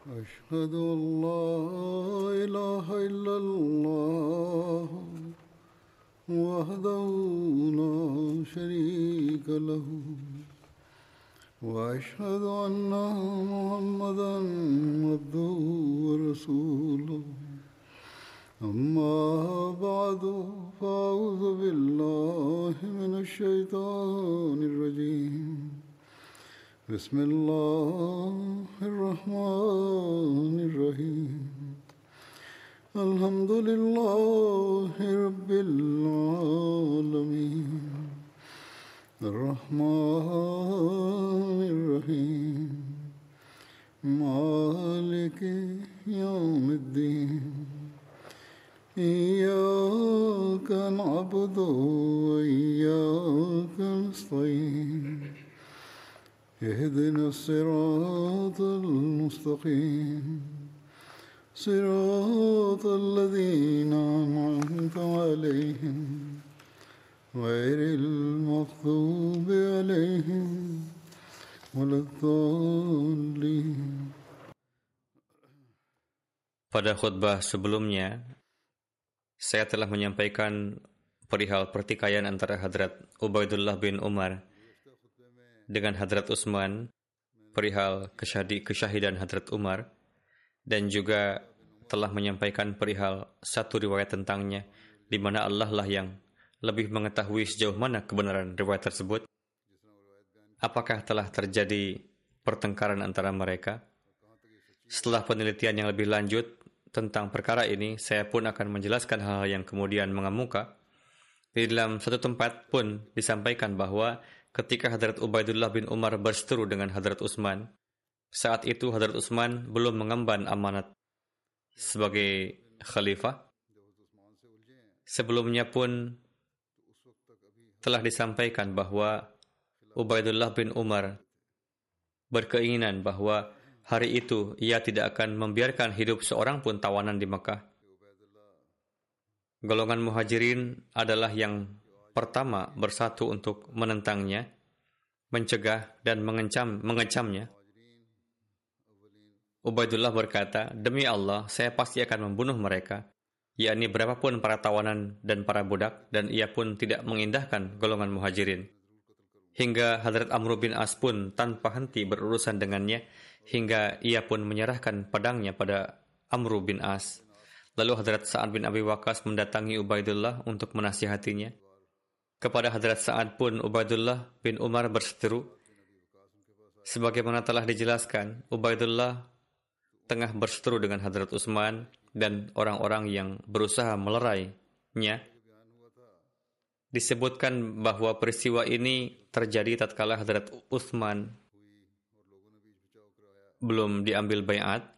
أشهد أن لا إله إلا الله وحده لا شريك له وأشهد أن محمدا عبده ورسوله أما بعد فأعوذ بالله من الشيطان الرجيم بسم الله الرحمن الرحيم الحمد لله رب العالمين الرحمن الرحيم مالك يوم الدين إياك نعبد وإياك نستعين اهدنا الصراط المستقيم صراط الذين أنعمت عليهم غير المغضوب عليهم ولا الضالين. Pada khutbah sebelumnya, saya telah menyampaikan perihal pertikaian antara Hadrat Ubaidullah bin Umar dengan Hadrat Utsman, perihal kesyahidan Hadrat Umar, dan juga telah menyampaikan perihal satu riwayat tentangnya, di mana Allah lah yang lebih mengetahui sejauh mana kebenaran riwayat tersebut. Apakah telah terjadi pertengkaran antara mereka? Setelah penelitian yang lebih lanjut tentang perkara ini, saya pun akan menjelaskan hal-hal yang kemudian mengemuka. Di dalam satu tempat pun disampaikan bahwa ketika Hadrat Ubaidullah bin Umar berseteru dengan Hadrat Utsman, saat itu Hadrat Utsman belum mengemban amanat sebagai khalifah. Sebelumnya pun telah disampaikan bahwa Ubaidullah bin Umar berkeinginan bahwa hari itu ia tidak akan membiarkan hidup seorang pun tawanan di Mekah. Golongan Muhajirin adalah yang pertama bersatu untuk menentangnya, mencegah dan mengecamnya. Ubaidullah berkata, "Demi Allah, saya pasti akan membunuh mereka, yakni berapapun para tawanan dan para budak," dan ia pun tidak mengindahkan golongan Muhajirin. Hingga Hadrat Amr bin As pun tanpa henti berurusan dengannya, hingga ia pun menyerahkan pedangnya pada Amr bin As. Lalu Hadrat Sa'ad bin Abi Waqqas mendatangi Ubaidullah untuk menasihatinya. Kepada Hadrat Sa'ad pun Ubaidullah bin Umar berseteru. Sebagaimana telah dijelaskan, Ubaidullah tengah berseteru dengan Hadrat Utsman dan orang-orang yang berusaha melerainya. Disebutkan bahwa peristiwa ini terjadi tatkala Hadrat Utsman belum diambil baiat,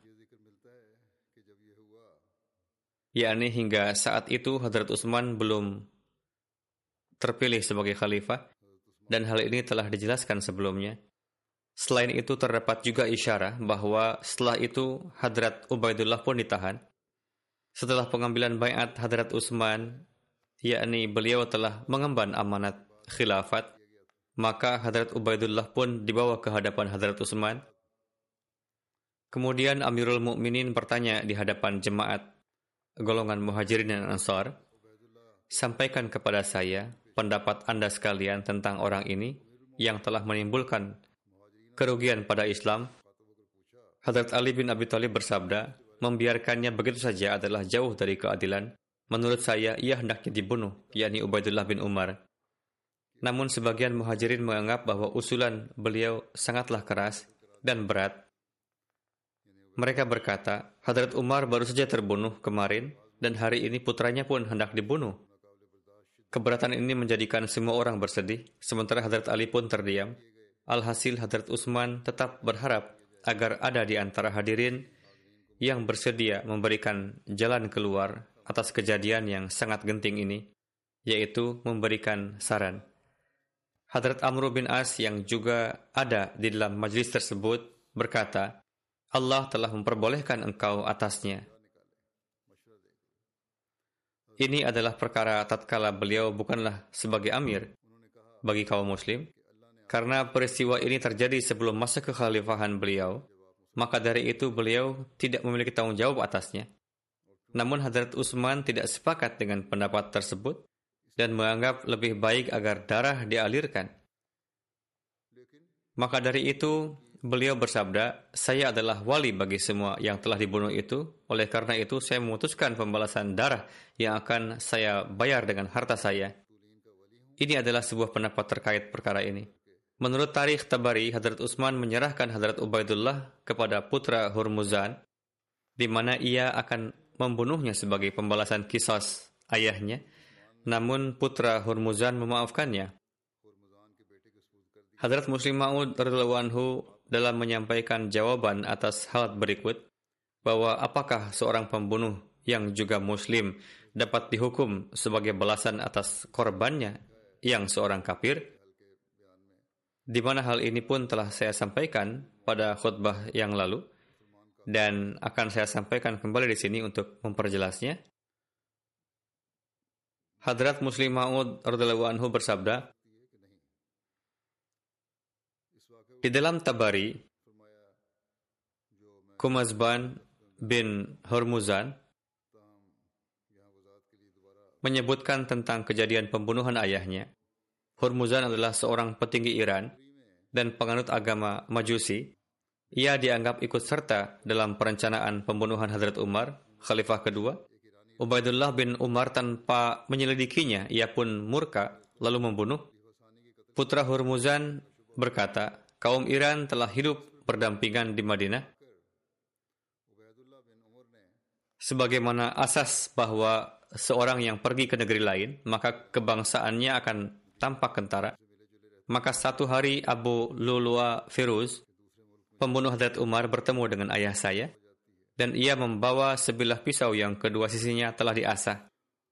yakni hingga saat itu Hadrat Utsman belum terpilih sebagai khalifah, dan hal ini telah dijelaskan sebelumnya. Selain itu terdapat juga isyarah bahwa setelah itu Hadrat Ubaidullah pun ditahan. Setelah pengambilan baiat Hadrat Utsman, yakni beliau telah mengemban amanat khilafat, maka Hadrat Ubaidullah pun dibawa ke hadapan Hadrat Utsman. Kemudian Amirul Mukminin bertanya di hadapan jemaat golongan Muhajirin dan Ansar, "Sampaikan kepada saya pendapat Anda sekalian tentang orang ini yang telah menimbulkan kerugian pada Islam." Hadrat Ali bin Abi Thalib bersabda, "Membiarkannya begitu saja adalah jauh dari keadilan. Menurut saya, ia hendaknya dibunuh, yakni Ubaidullah bin Umar." Namun sebagian Muhajirin menganggap bahwa usulan beliau sangatlah keras dan berat. Mereka berkata, "Hadrat Umar baru saja terbunuh kemarin, dan hari ini putranya pun hendak dibunuh." Keberatan ini menjadikan semua orang bersedih, sementara Hadrat Ali pun terdiam. Alhasil Hadrat Utsman tetap berharap agar ada di antara hadirin yang bersedia memberikan jalan keluar atas kejadian yang sangat genting ini, yaitu memberikan saran. Hadrat Amr bin As yang juga ada di dalam majlis tersebut berkata, "Allah telah memperbolehkan engkau atasnya." Ini adalah perkara tatkala beliau bukanlah sebagai amir bagi kaum muslim, karena peristiwa ini terjadi sebelum masa kekhalifahan beliau. maka dari itu beliau tidak memiliki tanggung jawab atasnya. Namun Hadrat Utsman tidak sepakat dengan pendapat tersebut dan menganggap lebih baik agar darah dialirkan. Maka dari itu, beliau bersabda, saya adalah wali bagi semua yang telah dibunuh itu. Oleh karena itu, saya memutuskan pembalasan darah yang akan saya bayar dengan harta saya. Ini adalah sebuah pendapat terkait perkara ini. Menurut tarikh Tabari, Hadrat Utsman menyerahkan Hadrat Ubaidullah kepada putra Hurmuzan, di mana ia akan membunuhnya sebagai pembalasan qisas ayahnya. Namun putra Hurmuzan memaafkannya. Hadrat Muslim Maud radhiyallahu anhu dalam menyampaikan jawaban atas hal berikut, bahwa apakah seorang pembunuh yang juga muslim dapat dihukum sebagai balasan atas korbannya yang seorang kafir, di mana hal ini pun telah saya sampaikan pada khutbah yang lalu dan akan saya sampaikan kembali di sini untuk memperjelasnya. Hadrat Muslim Maud radhiyallahu anhu bersabda, di dalam Tabari, Kumazban bin Hurmuzan menyebutkan tentang kejadian pembunuhan ayahnya. Hurmuzan adalah seorang petinggi Iran dan penganut agama Majusi. Ia dianggap ikut serta dalam perencanaan pembunuhan Hadrat Umar, Khalifah kedua. Ubaidullah bin Umar tanpa menyelidikinya, ia pun murka lalu membunuh. Putra Hurmuzan berkata, kaum Iran telah hidup berdampingan di Madinah sebagaimana asas bahwa seorang yang pergi ke negeri lain, maka kebangsaannya akan tampak kentara. Maka satu hari Abu Lu'lu'a Firuz, pembunuh Hadrat Umar, bertemu dengan ayah saya, dan ia membawa sebilah pisau yang kedua sisinya telah diasah.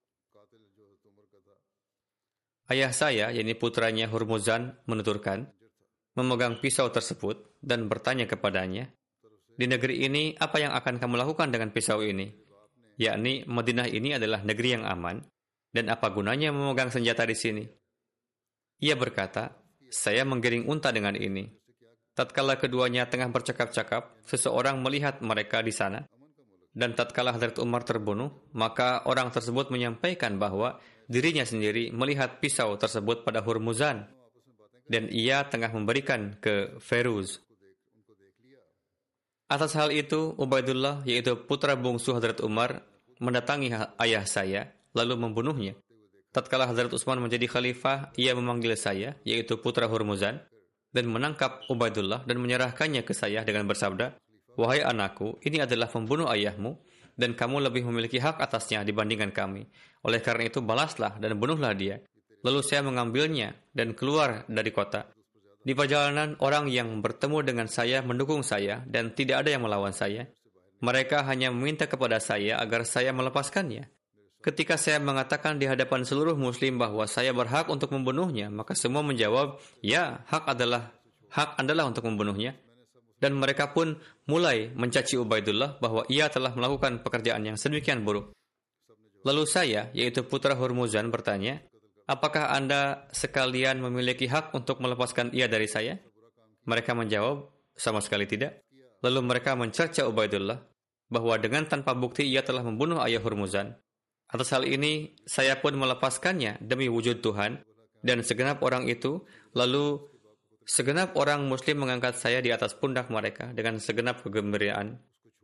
Ayah saya, yakni putranya Hurmuzan, menuturkan, memegang pisau tersebut dan bertanya kepadanya, di negeri ini apa yang akan kamu lakukan dengan pisau ini? Yakni Madinah ini adalah negeri yang aman, dan apa gunanya memegang senjata di sini? Ia berkata, saya menggiring unta dengan ini. Tatkala keduanya tengah bercakap-cakap, seseorang melihat mereka di sana, dan tatkala Hadrat Umar terbunuh, maka orang tersebut menyampaikan bahwa dirinya sendiri melihat pisau tersebut pada Hurmuzan, dan ia tengah memberikan ke Firuz. Atas hal itu, Ubaidullah, yaitu putra bungsu Hadrat Umar, mendatangi ayah saya, lalu membunuhnya. Tatkala Hadrat Utsman menjadi khalifah, ia memanggil saya, yaitu putra Hurmuzan, dan menangkap Ubaidullah dan menyerahkannya ke saya dengan bersabda, wahai anakku, ini adalah pembunuh ayahmu, dan kamu lebih memiliki hak atasnya dibandingkan kami. Oleh karena itu, balaslah dan bunuhlah dia. Lalu saya mengambilnya dan keluar dari kota. Di perjalanan, orang yang bertemu dengan saya mendukung saya dan tidak ada yang melawan saya. Mereka hanya meminta kepada saya agar saya melepaskannya. Ketika saya mengatakan di hadapan seluruh muslim bahwa saya berhak untuk membunuhnya, maka semua menjawab, ya, hak adalah untuk membunuhnya. Dan mereka pun mulai mencaci Ubaidullah bahwa ia telah melakukan pekerjaan yang sedemikian buruk. Lalu saya, yaitu putra Hurmuzan, bertanya, apakah Anda sekalian memiliki hak untuk melepaskan ia dari saya? Mereka menjawab, sama sekali tidak. Lalu mereka mencerca Ubaidullah bahwa dengan tanpa bukti ia telah membunuh ayah Hurmuzan. Atas hal ini, saya pun melepaskannya demi wujud Tuhan, dan segenap orang itu, lalu segenap orang muslim mengangkat saya di atas pundak mereka dengan segenap kegembiraan.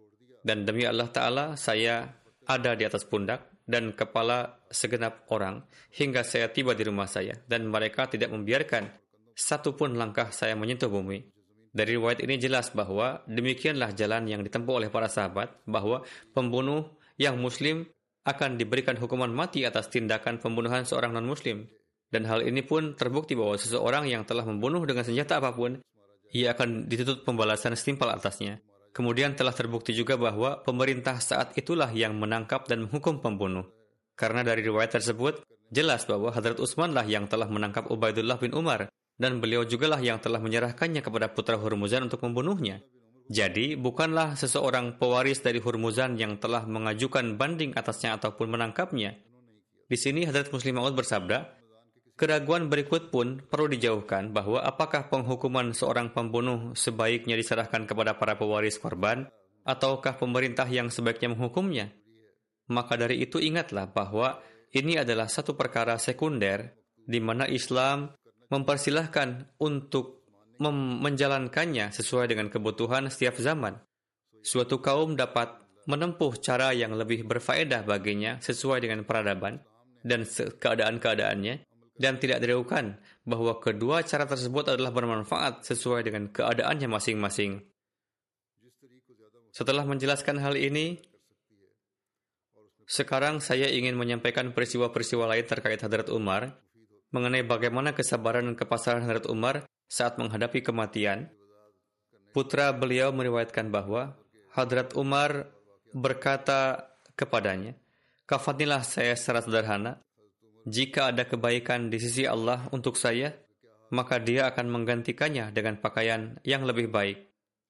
Dan demi Allah Ta'ala, saya ada di atas pundak dan kepala segenap orang hingga saya tiba di rumah saya, dan mereka tidak membiarkan satu pun langkah saya menyentuh bumi. Dari riwayat ini jelas bahwa demikianlah jalan yang ditempuh oleh para sahabat, bahwa pembunuh yang muslim akan diberikan hukuman mati atas tindakan pembunuhan seorang non-muslim. Dan hal ini pun terbukti bahwa seseorang yang telah membunuh dengan senjata apapun, ia akan dituntut pembalasan setimpal atasnya. Kemudian telah terbukti juga bahwa pemerintah saat itulah yang menangkap dan menghukum pembunuh. Karena dari riwayat tersebut, jelas bahwa Hadrat Utsman lah yang telah menangkap Ubaidullah bin Umar, dan beliau jugalah yang telah menyerahkannya kepada putra Hurmuzan untuk membunuhnya. Jadi, bukanlah seseorang pewaris dari Hurmuzan yang telah mengajukan banding atasnya ataupun menangkapnya. Di sini Hadrat Muslim Maud bersabda, Keraguan berikut pun perlu dijauhkan bahwa apakah penghukuman seorang pembunuh sebaiknya diserahkan kepada para pewaris korban ataukah pemerintah yang sebaiknya menghukumnya. Maka dari itu ingatlah bahwa ini adalah satu perkara sekunder di mana Islam mempersilahkan untuk menjalankannya sesuai dengan kebutuhan setiap zaman. Suatu kaum dapat menempuh cara yang lebih berfaedah baginya sesuai dengan peradaban dan keadaan-keadaannya, dan tidak diragukan bahwa kedua cara tersebut adalah bermanfaat sesuai dengan keadaannya masing-masing. Setelah menjelaskan hal ini, sekarang saya ingin menyampaikan peristiwa-peristiwa lain terkait Hadrat Umar, mengenai bagaimana kesabaran dan kepasaran Hadrat Umar saat menghadapi kematian. Putra beliau meriwayatkan bahwa Hadrat Umar berkata kepadanya, "Kafanilah saya secara sederhana. Jika ada kebaikan di sisi Allah untuk saya, maka Dia akan menggantikannya dengan pakaian yang lebih baik.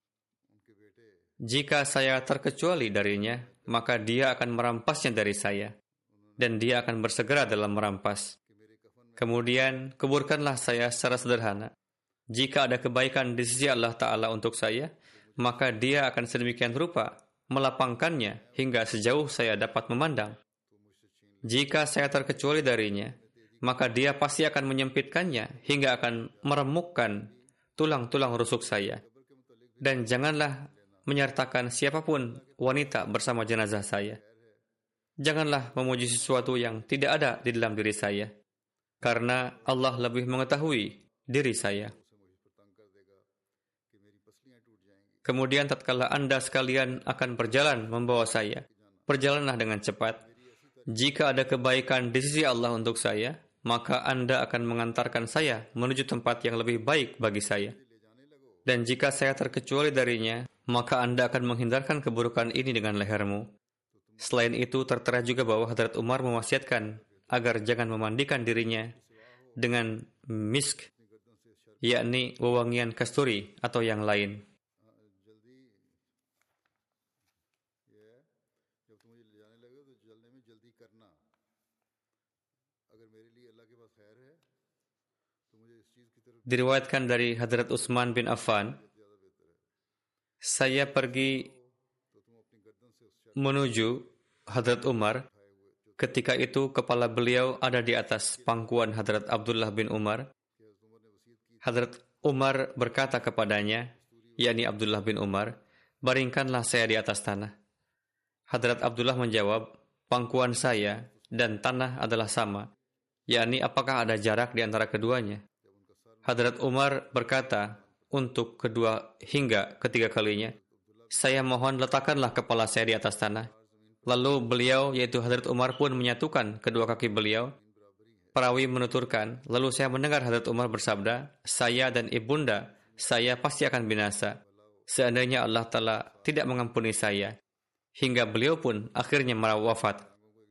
Jika saya terkecuali darinya, maka Dia akan merampasnya dari saya, dan Dia akan bersegera dalam merampas. Kemudian, kuburkanlah saya secara sederhana. Jika ada kebaikan di sisi Allah Ta'ala untuk saya, maka Dia akan sedemikian rupa melapangkannya hingga sejauh saya dapat memandang. Jika saya terkecuali darinya, maka Dia pasti akan menyempitkannya hingga akan meremukkan tulang-tulang rusuk saya. Dan janganlah menyertakan siapapun wanita bersama jenazah saya. Janganlah memuji sesuatu yang tidak ada di dalam diri saya, karena Allah lebih mengetahui diri saya. Kemudian tatkala Anda sekalian akan berjalan membawa saya, berjalanlah dengan cepat. Jika ada kebaikan di sisi Allah untuk saya, maka Anda akan mengantarkan saya menuju tempat yang lebih baik bagi saya. Dan jika saya terkecuali darinya, maka Anda akan menghindarkan keburukan ini dengan lehermu." Selain itu, tertera juga bahwa Hadrat Umar mewasiatkan agar jangan memandikan dirinya dengan misk, yakni wewangian kasturi atau yang lain. Diriwayatkan dari Hadrat Utsman bin Affan, "Saya pergi menuju Hadrat Umar. Ketika itu kepala beliau ada di atas pangkuan Hadrat Abdullah bin Umar. Hadrat Umar berkata kepadanya, yakni Abdullah bin Umar, 'Baringkanlah saya di atas tanah.' Hadrat Abdullah menjawab, 'Pangkuan saya dan tanah adalah sama, yakni apakah ada jarak di antara keduanya?' Hadrat Umar berkata untuk kedua hingga ketiga kalinya, 'Saya mohon letakkanlah kepala saya di atas tanah.' Lalu beliau, yaitu Hadrat Umar pun menyatukan kedua kaki beliau. Perawi menuturkan, lalu saya mendengar Hadrat Umar bersabda, 'Saya dan ibunda, saya pasti akan binasa, seandainya Allah Ta'ala tidak mengampuni saya.' Hingga beliau pun akhirnya wafat.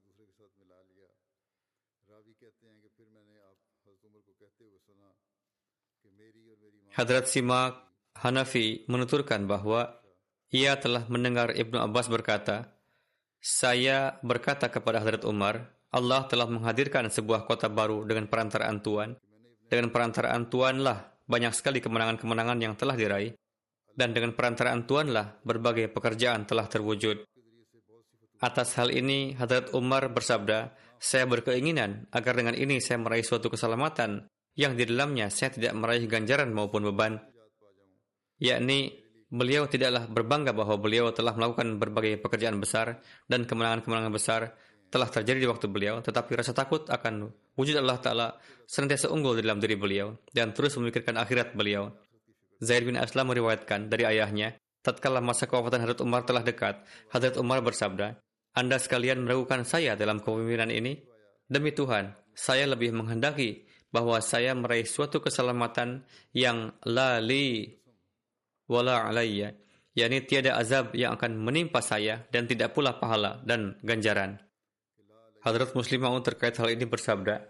Hadrat Simak Hanafi menuturkan bahwa ia telah mendengar Ibnu Abbas berkata, 'Saya berkata kepada Hadrat Umar, Allah telah menghadirkan sebuah kota baru dengan perantaraan Tuan. Dengan perantaraan Tuanlah banyak sekali kemenangan-kemenangan yang telah diraih. Dan dengan perantaraan Tuanlah berbagai pekerjaan telah terwujud.' Atas hal ini, Hadrat Umar bersabda, 'Saya berkeinginan agar dengan ini saya meraih suatu keselamatan yang di dalamnya saya tidak meraih ganjaran maupun beban.' Yakni, beliau tidaklah berbangga bahwa beliau telah melakukan berbagai pekerjaan besar dan kemenangan-kemenangan besar telah terjadi di waktu beliau, tetapi rasa takut akan wujud Allah Ta'ala senantiasa unggul di dalam diri beliau dan terus memikirkan akhirat beliau. Zaid bin Aslam meriwayatkan dari ayahnya, tatkala masa kewafatan Hadrat Umar telah dekat, Hadrat Umar bersabda, 'Anda sekalian meragukan saya dalam kepemimpinan ini? Demi Tuhan, saya lebih menghendaki bahwa saya meraih suatu keselamatan yang la li wala alayya, yakni tiada azab yang akan menimpa saya dan tidak pula pahala dan ganjaran.' Hadrat Muslim Maud terkait hal ini bersabda,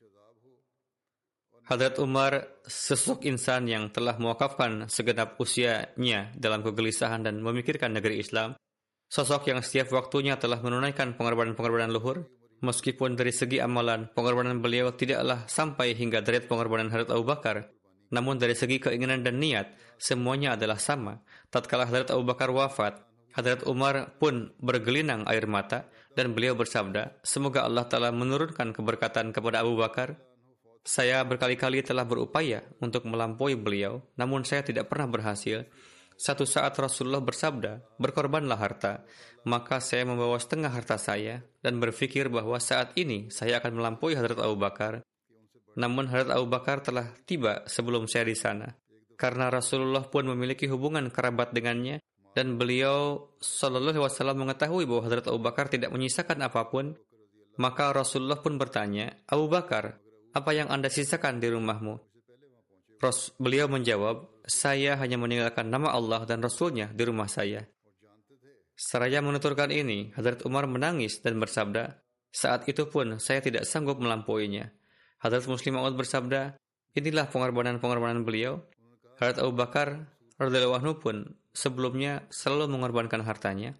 Hadrat Umar sosok insan yang telah mewakafkan segenap usianya dalam kegelisahan dan memikirkan negeri Islam, sosok yang setiap waktunya telah menunaikan pengorbanan-pengorbanan luhur, Meskipun dari segi amalan, pengorbanan beliau tidaklah sampai hingga derajat pengorbanan Hadrat Abu Bakar, namun dari segi keinginan dan niat, semuanya adalah sama. Tatkala Hadrat Abu Bakar wafat, Hadrat Umar pun bergelinang air mata dan beliau bersabda, semoga Allah Ta'ala menurunkan keberkatan kepada Abu Bakar. Saya berkali-kali telah berupaya untuk melampaui beliau, namun saya tidak pernah berhasil. Satu saat Rasulullah bersabda, berkorbanlah harta. Maka saya membawa setengah harta saya dan berpikir bahwa saat ini saya akan melampaui Hadrat Abu Bakar. Namun Hadrat Abu Bakar telah tiba sebelum saya di sana. Karena Rasulullah pun memiliki hubungan kerabat dengannya dan beliau Shallallahu Alaihi Wasallam mengetahui bahwa Hadrat Abu Bakar tidak menyisakan apapun, maka Rasulullah pun bertanya, Abu Bakar, apa yang Anda sisakan di rumahmu? Beliau menjawab, saya hanya meninggalkan nama Allah dan Rasulnya di rumah saya. Seraya menuturkan ini, Hadrat Umar menangis dan bersabda, saat itu pun saya tidak sanggup melampauinya. Hadrat Muslim Maud bersabda, inilah pengorbanan-pengorbanan beliau. Hadrat Abu Bakar radhiyallahu anhu pun sebelumnya selalu mengorbankan hartanya.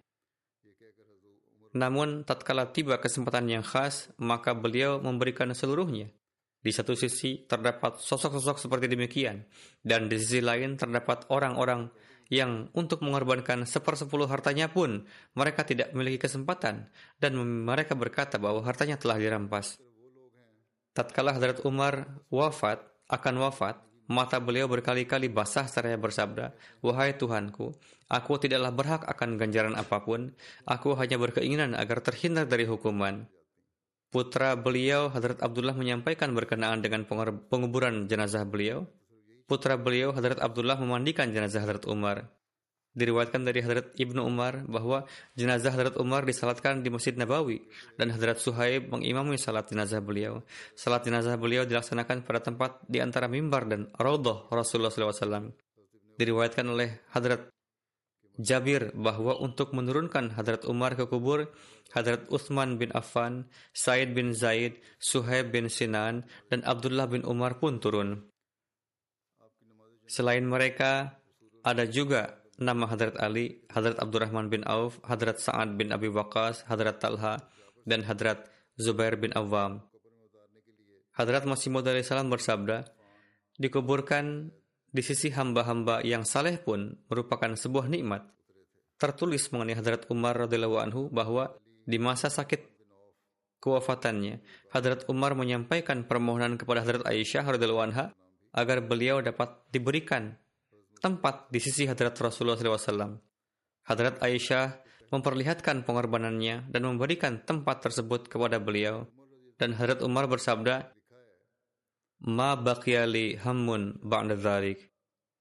Namun tatkala tiba kesempatan yang khas, maka beliau memberikan seluruhnya. Di satu sisi terdapat sosok-sosok seperti demikian, dan di sisi lain terdapat orang-orang yang untuk mengorbankan 1/10 hartanya pun mereka tidak memiliki kesempatan, dan mereka berkata bahwa hartanya telah dirampas. Tatkala Hadrat Umar akan wafat, mata beliau berkali-kali basah seraya bersabda, wahai Tuhanku, aku tidaklah berhak akan ganjaran apapun, aku hanya berkeinginan agar terhindar dari hukuman. Putra beliau, Hadrat Abdullah, menyampaikan berkenaan dengan penguburan jenazah beliau. Putra beliau, Hadrat Abdullah, memandikan jenazah Hadrat Umar. Diriwayatkan dari Hadrat Ibnu Umar bahwa jenazah Hadrat Umar disalatkan di Masjid Nabawi dan Hadrat Suhaib mengimami salat jenazah beliau. Salat jenazah beliau dilaksanakan pada tempat di antara mimbar dan raudhah Rasulullah SAW. Diriwayatkan oleh Hadrat Jabir bahwa untuk menurunkan Hadrat Umar ke kubur, Hadrat Utsman bin Affan, Said bin Zaid, Suhaib bin Sinan, dan Abdullah bin Umar pun turun. Selain mereka, ada juga nama Hadrat Ali, Hadrat Abdurrahman bin Auf, Hadrat Sa'ad bin Abi Waqqas, Hadrat Talha, dan Hadrat Zubair bin Awam. Hadrat Masih Maud alaihissalam bersabda, dikuburkan di sisi hamba-hamba yang saleh pun merupakan sebuah nikmat. Tertulis mengenai Hadrat Umar radhiyallahu anhu bahwa di masa sakit kewafatannya, Hadrat Umar menyampaikan permohonan kepada Hadrat Aisyah radhiyallahu anha agar beliau dapat diberikan tempat di sisi Hadrat Rasulullah SAW. Hadrat Aisyah memperlihatkan pengorbanannya dan memberikan tempat tersebut kepada beliau. Dan Hadrat Umar bersabda, Ma baqiya li hammun ba'da dzalik.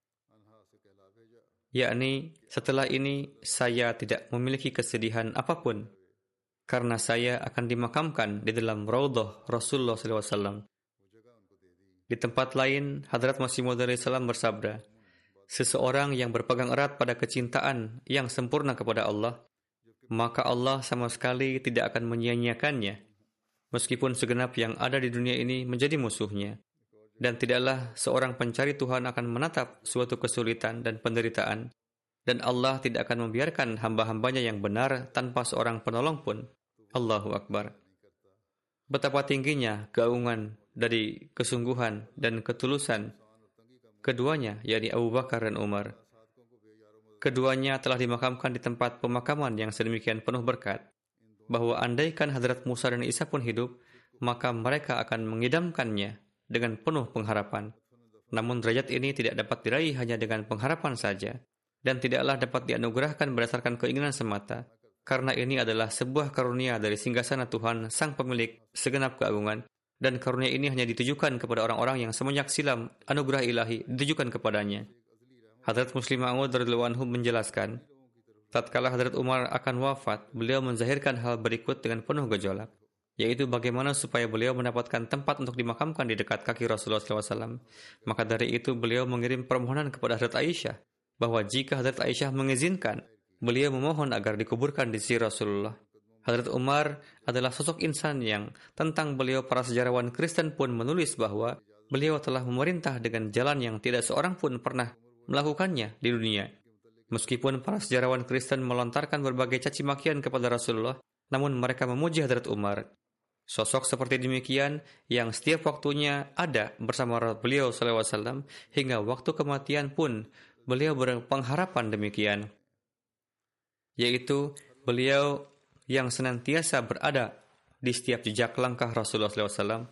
Yakni, setelah ini saya tidak memiliki kesedihan apapun karena saya akan dimakamkan di dalam raudhah Rasulullah SAW. Di tempat lain, Hadrat Masih Maud alaihissalam bersabda, seseorang yang berpegang erat pada kecintaan yang sempurna kepada Allah, maka Allah sama sekali tidak akan menyia-nyiakannya, meskipun segenap yang ada di dunia ini menjadi musuhnya. Dan tidaklah seorang pencari Tuhan akan menatap suatu kesulitan dan penderitaan, dan Allah tidak akan membiarkan hamba-hambanya yang benar tanpa seorang penolong pun. Allahu Akbar. Betapa tingginya keagungan dari kesungguhan dan ketulusan keduanya, yakni Abu Bakar dan Umar. Keduanya telah dimakamkan di tempat pemakaman yang sedemikian penuh berkat, bahwa andaikan Hadrat Musa dan Isa pun hidup, maka mereka akan mengidamkannya dengan penuh pengharapan. Namun derajat ini tidak dapat diraih hanya dengan pengharapan saja, dan tidaklah dapat dianugerahkan berdasarkan keinginan semata, karena ini adalah sebuah karunia dari singgasana Tuhan, Sang Pemilik segenap keagungan, dan karunia ini hanya ditujukan kepada orang-orang yang semenjak silam anugerah ilahi ditujukan kepadanya. Hadrat Muslim Maud radhiyallahu anhu menjelaskan, tatkala Hadrat Umar akan wafat, beliau menzahirkan hal berikut dengan penuh gejolak, yaitu bagaimana supaya beliau mendapatkan tempat untuk dimakamkan di dekat kaki Rasulullah SAW. Maka dari itu beliau mengirim permohonan kepada Hadrat Aisyah, bahwa jika Hadrat Aisyah mengizinkan, beliau memohon agar dikuburkan di sisi Rasulullah. Hadrat Umar adalah sosok insan yang tentang beliau para sejarawan Kristen pun menulis bahwa beliau telah memerintah dengan jalan yang tidak seorang pun pernah melakukannya di dunia. Meskipun para sejarawan Kristen melontarkan berbagai caci makian kepada Rasulullah, namun mereka memuji Hadrat Umar. Sosok seperti demikian yang setiap waktunya ada bersama beliau SAW hingga waktu kematian pun beliau berpengharapan demikian, yaitu beliau yang senantiasa berada di setiap jejak langkah Rasulullah SAW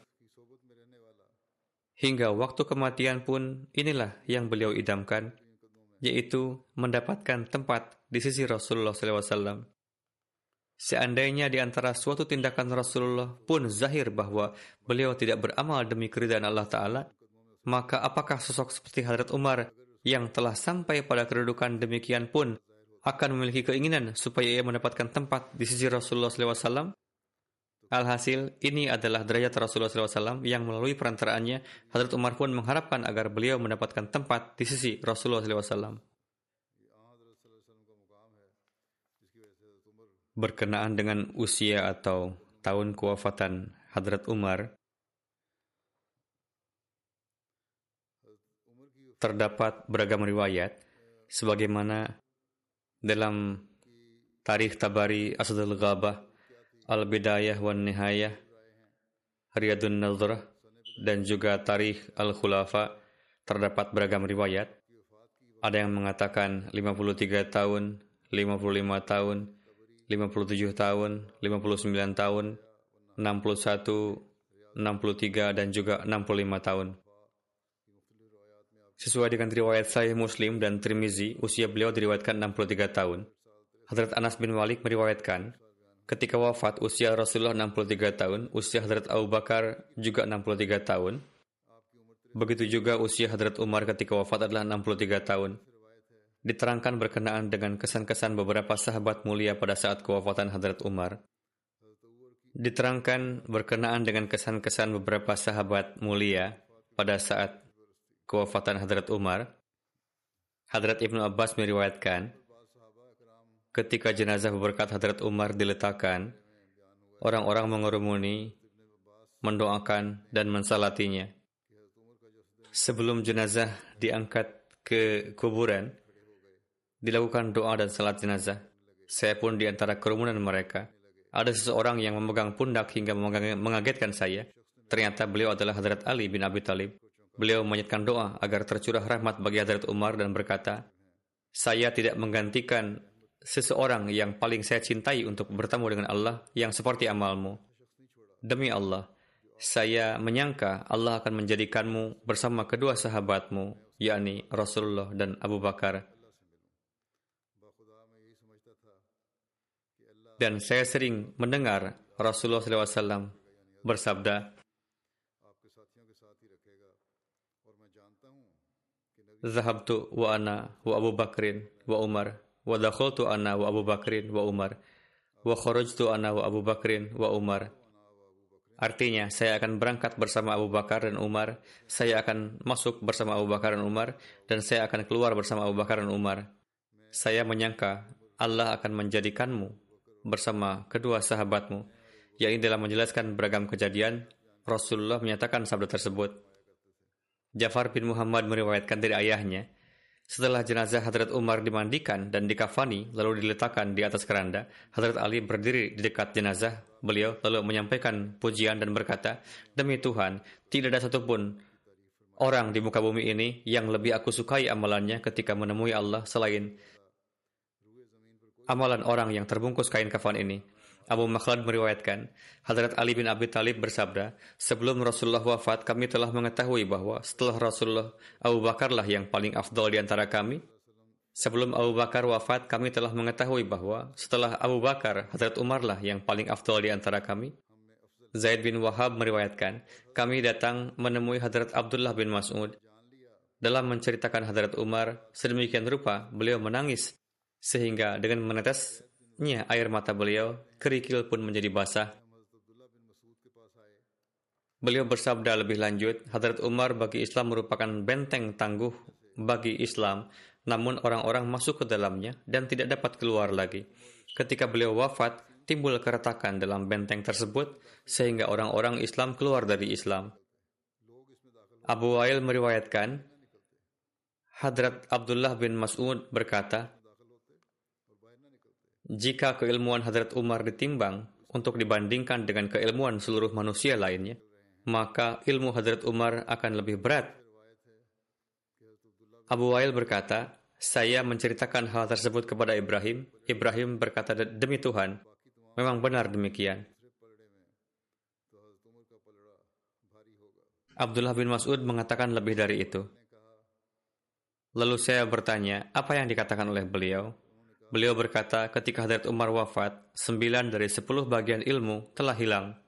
hingga waktu kematian pun inilah yang beliau idamkan, yaitu mendapatkan tempat di sisi Rasulullah SAW. Seandainya di antara suatu tindakan Rasulullah pun zahir bahwa beliau tidak beramal demi keridhaan Allah Ta'ala, maka apakah sosok seperti Hadrat Umar yang telah sampai pada kedudukan demikian pun akan memiliki keinginan supaya ia mendapatkan tempat di sisi Rasulullah SAW? Alhasil, ini adalah derajat Rasulullah SAW yang melalui perantaraannya, Hadrat Umar pun mengharapkan agar beliau mendapatkan tempat di sisi Rasulullah SAW. Berkenaan dengan usia atau tahun kewafatan Hadrat Umar, terdapat beragam riwayat, sebagaimana dalam Tarikh Tabari Asadul Ghabah, Al-Bidayah wan Nihayah, Riyadun Nadhrah, dan juga Tarikh Al-Khulafa, terdapat beragam riwayat. Ada yang mengatakan 53 tahun, 55 tahun, 57 tahun, 59 tahun, 61, 63, dan juga 65 tahun. Sesuai dengan riwayat Sahih Muslim dan Tirmizi, usia beliau diriwayatkan 63 tahun. Hadrat Anas bin Malik meriwayatkan, ketika wafat usia Rasulullah 63 tahun, usia Hadrat Abu Bakar juga 63 tahun. Begitu juga usia Hadrat Umar ketika wafat adalah 63 tahun. Diterangkan berkenaan dengan kesan-kesan beberapa sahabat mulia pada saat kewafatan Hadrat Umar. Diterangkan berkenaan dengan kesan-kesan beberapa sahabat mulia pada saat kewafatan Hadrat Umar. Hadrat Ibnu Abbas meriwayatkan, ketika jenazah berberkat Hadrat Umar diletakkan, orang-orang mengerumuni, mendoakan, dan mensalatinya. Sebelum jenazah diangkat ke kuburan, dilakukan doa dan salat jenazah. Saya pun di antara kerumunan mereka. Ada seseorang yang memegang pundak hingga mengagetkan saya. Ternyata beliau adalah Hadrat Ali bin Abi Thalib. Beliau menyatakan doa agar tercurah rahmat bagi Hadrat Umar dan berkata, saya tidak menggantikan seseorang yang paling saya cintai untuk bertemu dengan Allah yang seperti amalmu. Demi Allah, saya menyangka Allah akan menjadikanmu bersama kedua sahabatmu, yakni Rasulullah dan Abu Bakar. Dan saya sering mendengar Rasulullah SAW bersabda, Zahabtu wa ana wa Abu Bakrin wa Umar wa dakhaltu ana wa Abu Bakrin wa Umar wa kharajtu ana wa Abu Bakrin wa Umar. Artinya, saya akan berangkat bersama Abu Bakar dan Umar, saya akan masuk bersama Abu Bakar dan Umar, dan saya akan keluar bersama Abu Bakar dan Umar. Saya menyangka Allah akan menjadikanmu bersama kedua sahabatmu. Yakni dalam menjelaskan beragam kejadian, Rasulullah menyatakan sabda tersebut. Ja'far bin Muhammad meriwayatkan dari ayahnya, setelah jenazah Hadrat Umar dimandikan dan dikafani lalu diletakkan di atas keranda, Hadrat Ali berdiri di dekat jenazah beliau lalu menyampaikan pujian dan berkata, demi Tuhan, tidak ada satupun orang di muka bumi ini yang lebih aku sukai amalannya ketika menemui Allah selain amalan orang yang terbungkus kain kafan ini. Abu Makhlad meriwayatkan, Hadrat Ali bin Abi Thalib bersabda, sebelum Rasulullah wafat, kami telah mengetahui bahwa setelah Rasulullah, Abu Bakarlah yang paling afdal di antara kami. Sebelum Abu Bakar wafat, kami telah mengetahui bahwa setelah Abu Bakar, Hadrat Umarlah yang paling afdal di antara kami. Zaid bin Wahab meriwayatkan, kami datang menemui Hadrat Abdullah bin Mas'ud. Dalam menceritakan Hadrat Umar, sedemikian rupa beliau menangis, sehingga dengan menetesnya air mata beliau, kerikil pun menjadi basah. Beliau bersabda lebih lanjut, Hadrat Umar bagi Islam merupakan benteng tangguh bagi Islam, namun orang-orang masuk ke dalamnya dan tidak dapat keluar lagi. Ketika beliau wafat, timbul keretakan dalam benteng tersebut, sehingga orang-orang Islam keluar dari Islam. Abu Wail meriwayatkan, Hadrat Abdullah bin Mas'ud berkata, jika keilmuan Hadrat Umar ditimbang untuk dibandingkan dengan keilmuan seluruh manusia lainnya, maka ilmu Hadrat Umar akan lebih berat. Abu Wail berkata, saya menceritakan hal tersebut kepada Ibrahim. Ibrahim berkata, demi Tuhan, memang benar demikian. Abdullah bin Mas'ud mengatakan lebih dari itu. Lalu saya bertanya, apa yang dikatakan oleh beliau? Beliau berkata, ketika Hadrat Umar wafat, 9 dari 10 bagian ilmu telah hilang.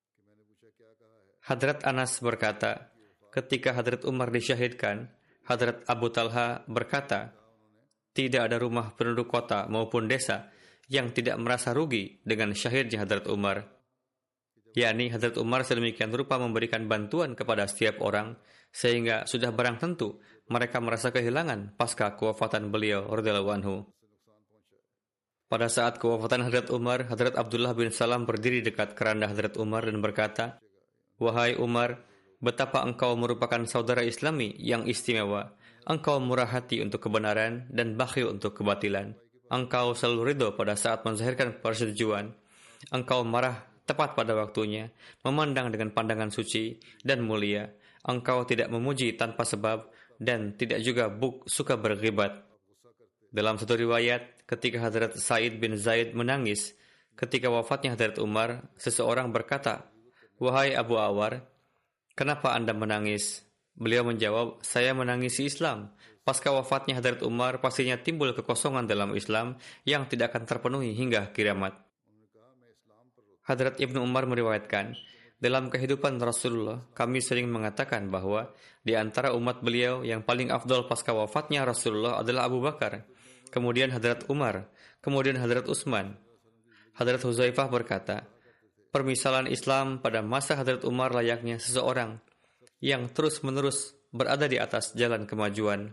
Hadrat Anas berkata, ketika Hadrat Umar disyahidkan, Hadrat Abu Talha berkata, tidak ada rumah penduduk kota maupun desa yang tidak merasa rugi dengan syahidnya Hadrat Umar. Yakni Hadrat Umar sedemikian rupa memberikan bantuan kepada setiap orang, sehingga sudah barang tentu mereka merasa kehilangan pasca kewafatan beliau radhiyallahu anhu. Pada saat kewafatan Hadrat Umar, Hadrat Abdullah bin Salam berdiri dekat keranda Hadrat Umar dan berkata, wahai Umar, betapa engkau merupakan saudara Islami yang istimewa. Engkau murah hati untuk kebenaran dan bakhil untuk kebatilan. Engkau selalu ridho pada saat menzahirkan persetujuan. Engkau marah tepat pada waktunya, memandang dengan pandangan suci dan mulia. Engkau tidak memuji tanpa sebab dan tidak juga suka berghibat. Dalam satu riwayat, ketika Hadrat Said bin Zaid menangis ketika wafatnya Hadrat Umar, seseorang berkata, wahai Abu Awar, kenapa Anda menangis? Beliau menjawab, saya menangisi Islam. Pasca wafatnya Hadrat Umar, pastinya timbul kekosongan dalam Islam yang tidak akan terpenuhi hingga kiamat. Hadrat Ibnu Umar meriwayatkan, dalam kehidupan Rasulullah, kami sering mengatakan bahwa di antara umat beliau yang paling afdal pasca wafatnya Rasulullah adalah Abu Bakar, kemudian Hadrat Umar, kemudian Hadrat Utsman. Hadrat Huzaifah berkata, permisalan Islam pada masa Hadrat Umar layaknya seseorang yang terus-menerus berada di atas jalan kemajuan.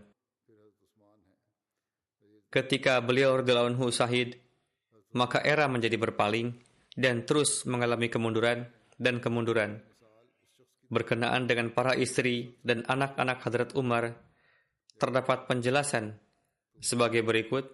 Ketika beliau radhiyallahu anhu syahid, maka era menjadi berpaling dan terus mengalami kemunduran dan kemunduran. Berkenaan dengan para istri dan anak-anak Hadrat Umar, terdapat penjelasan sebagai berikut.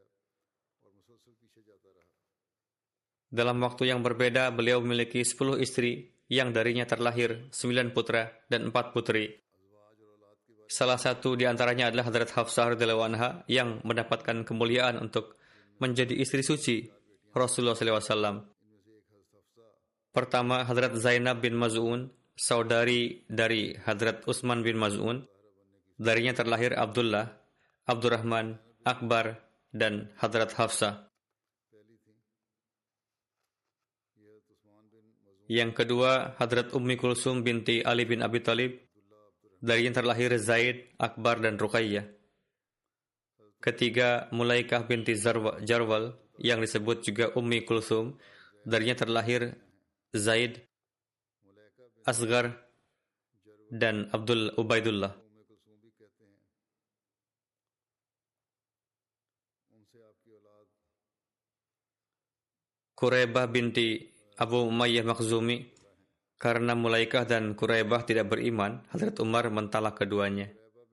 Dalam waktu yang berbeda, beliau memiliki 10 istri yang darinya terlahir 9 putra dan 4 putri. Salah satu di antaranya adalah Hadrat Hafsah radhiyallahu anha yang mendapatkan kemuliaan untuk menjadi istri suci Rasulullah SAW. Pertama, Hadrat Zainab bin Maz'un, saudari dari Hadrat Utsman bin Maz'un. Darinya terlahir Abdullah, Abdurrahman, Akbar, dan Hadrat Hafsah. Yang kedua, Hadrat Ummi Kulsum binti Ali bin Abi Thalib. Darinya terlahir Zaid, Akbar, dan Ruqayyah. Ketiga, Mulaikah binti Jarwal, yang disebut juga Ummi Kulsum. Darinya terlahir Zaid, Asgar, dan Abdul Ubaidullah. Quraibah binti Abu Umayyah Makhzumi. Karena Mulaikah dan Quraibah tidak beriman, Hadrat Umar mentalak keduanya.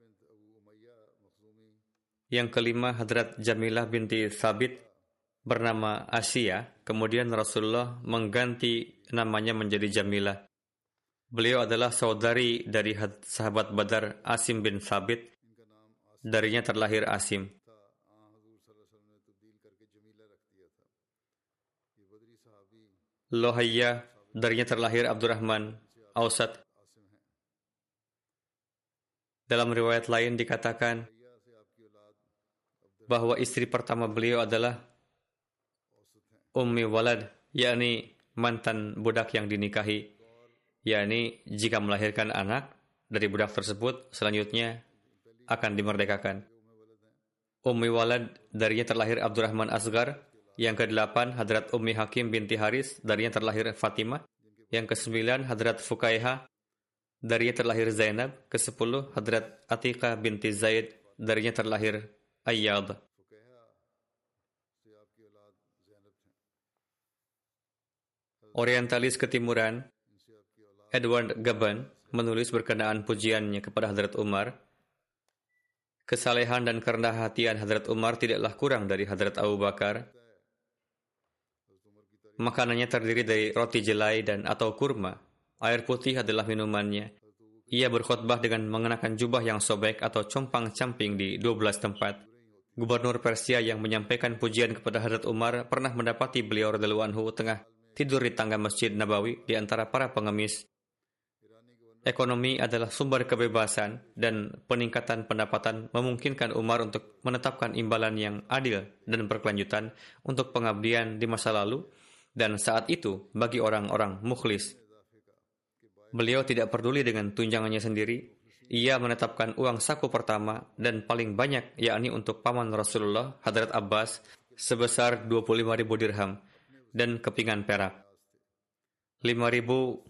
Yang kelima, Hadrat Jamilah binti Thabit bernama Asia, kemudian Rasulullah mengganti namanya menjadi Jamilah. Beliau adalah saudari dari sahabat Badar Asim bin Thabit. Darinya terlahir Asim. Lohaya, darinya terlahir Abdurrahman Ausat. Dalam riwayat lain dikatakan bahwa istri pertama beliau adalah Ummi Walad, yakni mantan budak yang dinikahi, yakni jika melahirkan anak dari budak tersebut, selanjutnya akan dimerdekakan. Ummi Walad, darinya terlahir Abdurrahman Asgar. Yang ke-8, Hadrat Ummi Hakim binti Haris, darinya terlahir Fatimah. Yang ke-9, Hadrat Fukaiha, darinya terlahir Zainab. Ke-10, Hadrat Atiqah binti Zaid, darinya terlahir Ayyad. Orientalis Ketimuran, Edward Gibbon, menulis berkenaan pujiannya kepada Hadrat Umar. Kesalehan dan kerendahan hatian Hadrat Umar tidaklah kurang dari Hadrat Abu Bakar. Makanannya terdiri dari roti jelai dan atau kurma. Air putih adalah minumannya. Ia berkhutbah dengan mengenakan jubah yang sobek atau compang-camping di 12 tempat. Gubernur Persia yang menyampaikan pujian kepada Hadrat Umar pernah mendapati beliau radhiyallahu anhu tengah tidur di tangga Masjid Nabawi di antara para pengemis. Ekonomi adalah sumber kebebasan dan peningkatan pendapatan memungkinkan Umar untuk menetapkan imbalan yang adil dan berkelanjutan untuk pengabdian di masa lalu dan saat itu bagi orang-orang mukhlis. Beliau tidak peduli dengan tunjangannya sendiri. Ia menetapkan uang saku pertama dan paling banyak yakni untuk paman Rasulullah Hadrat Abbas sebesar 25.000 dirham dan kepingan perak. 5.000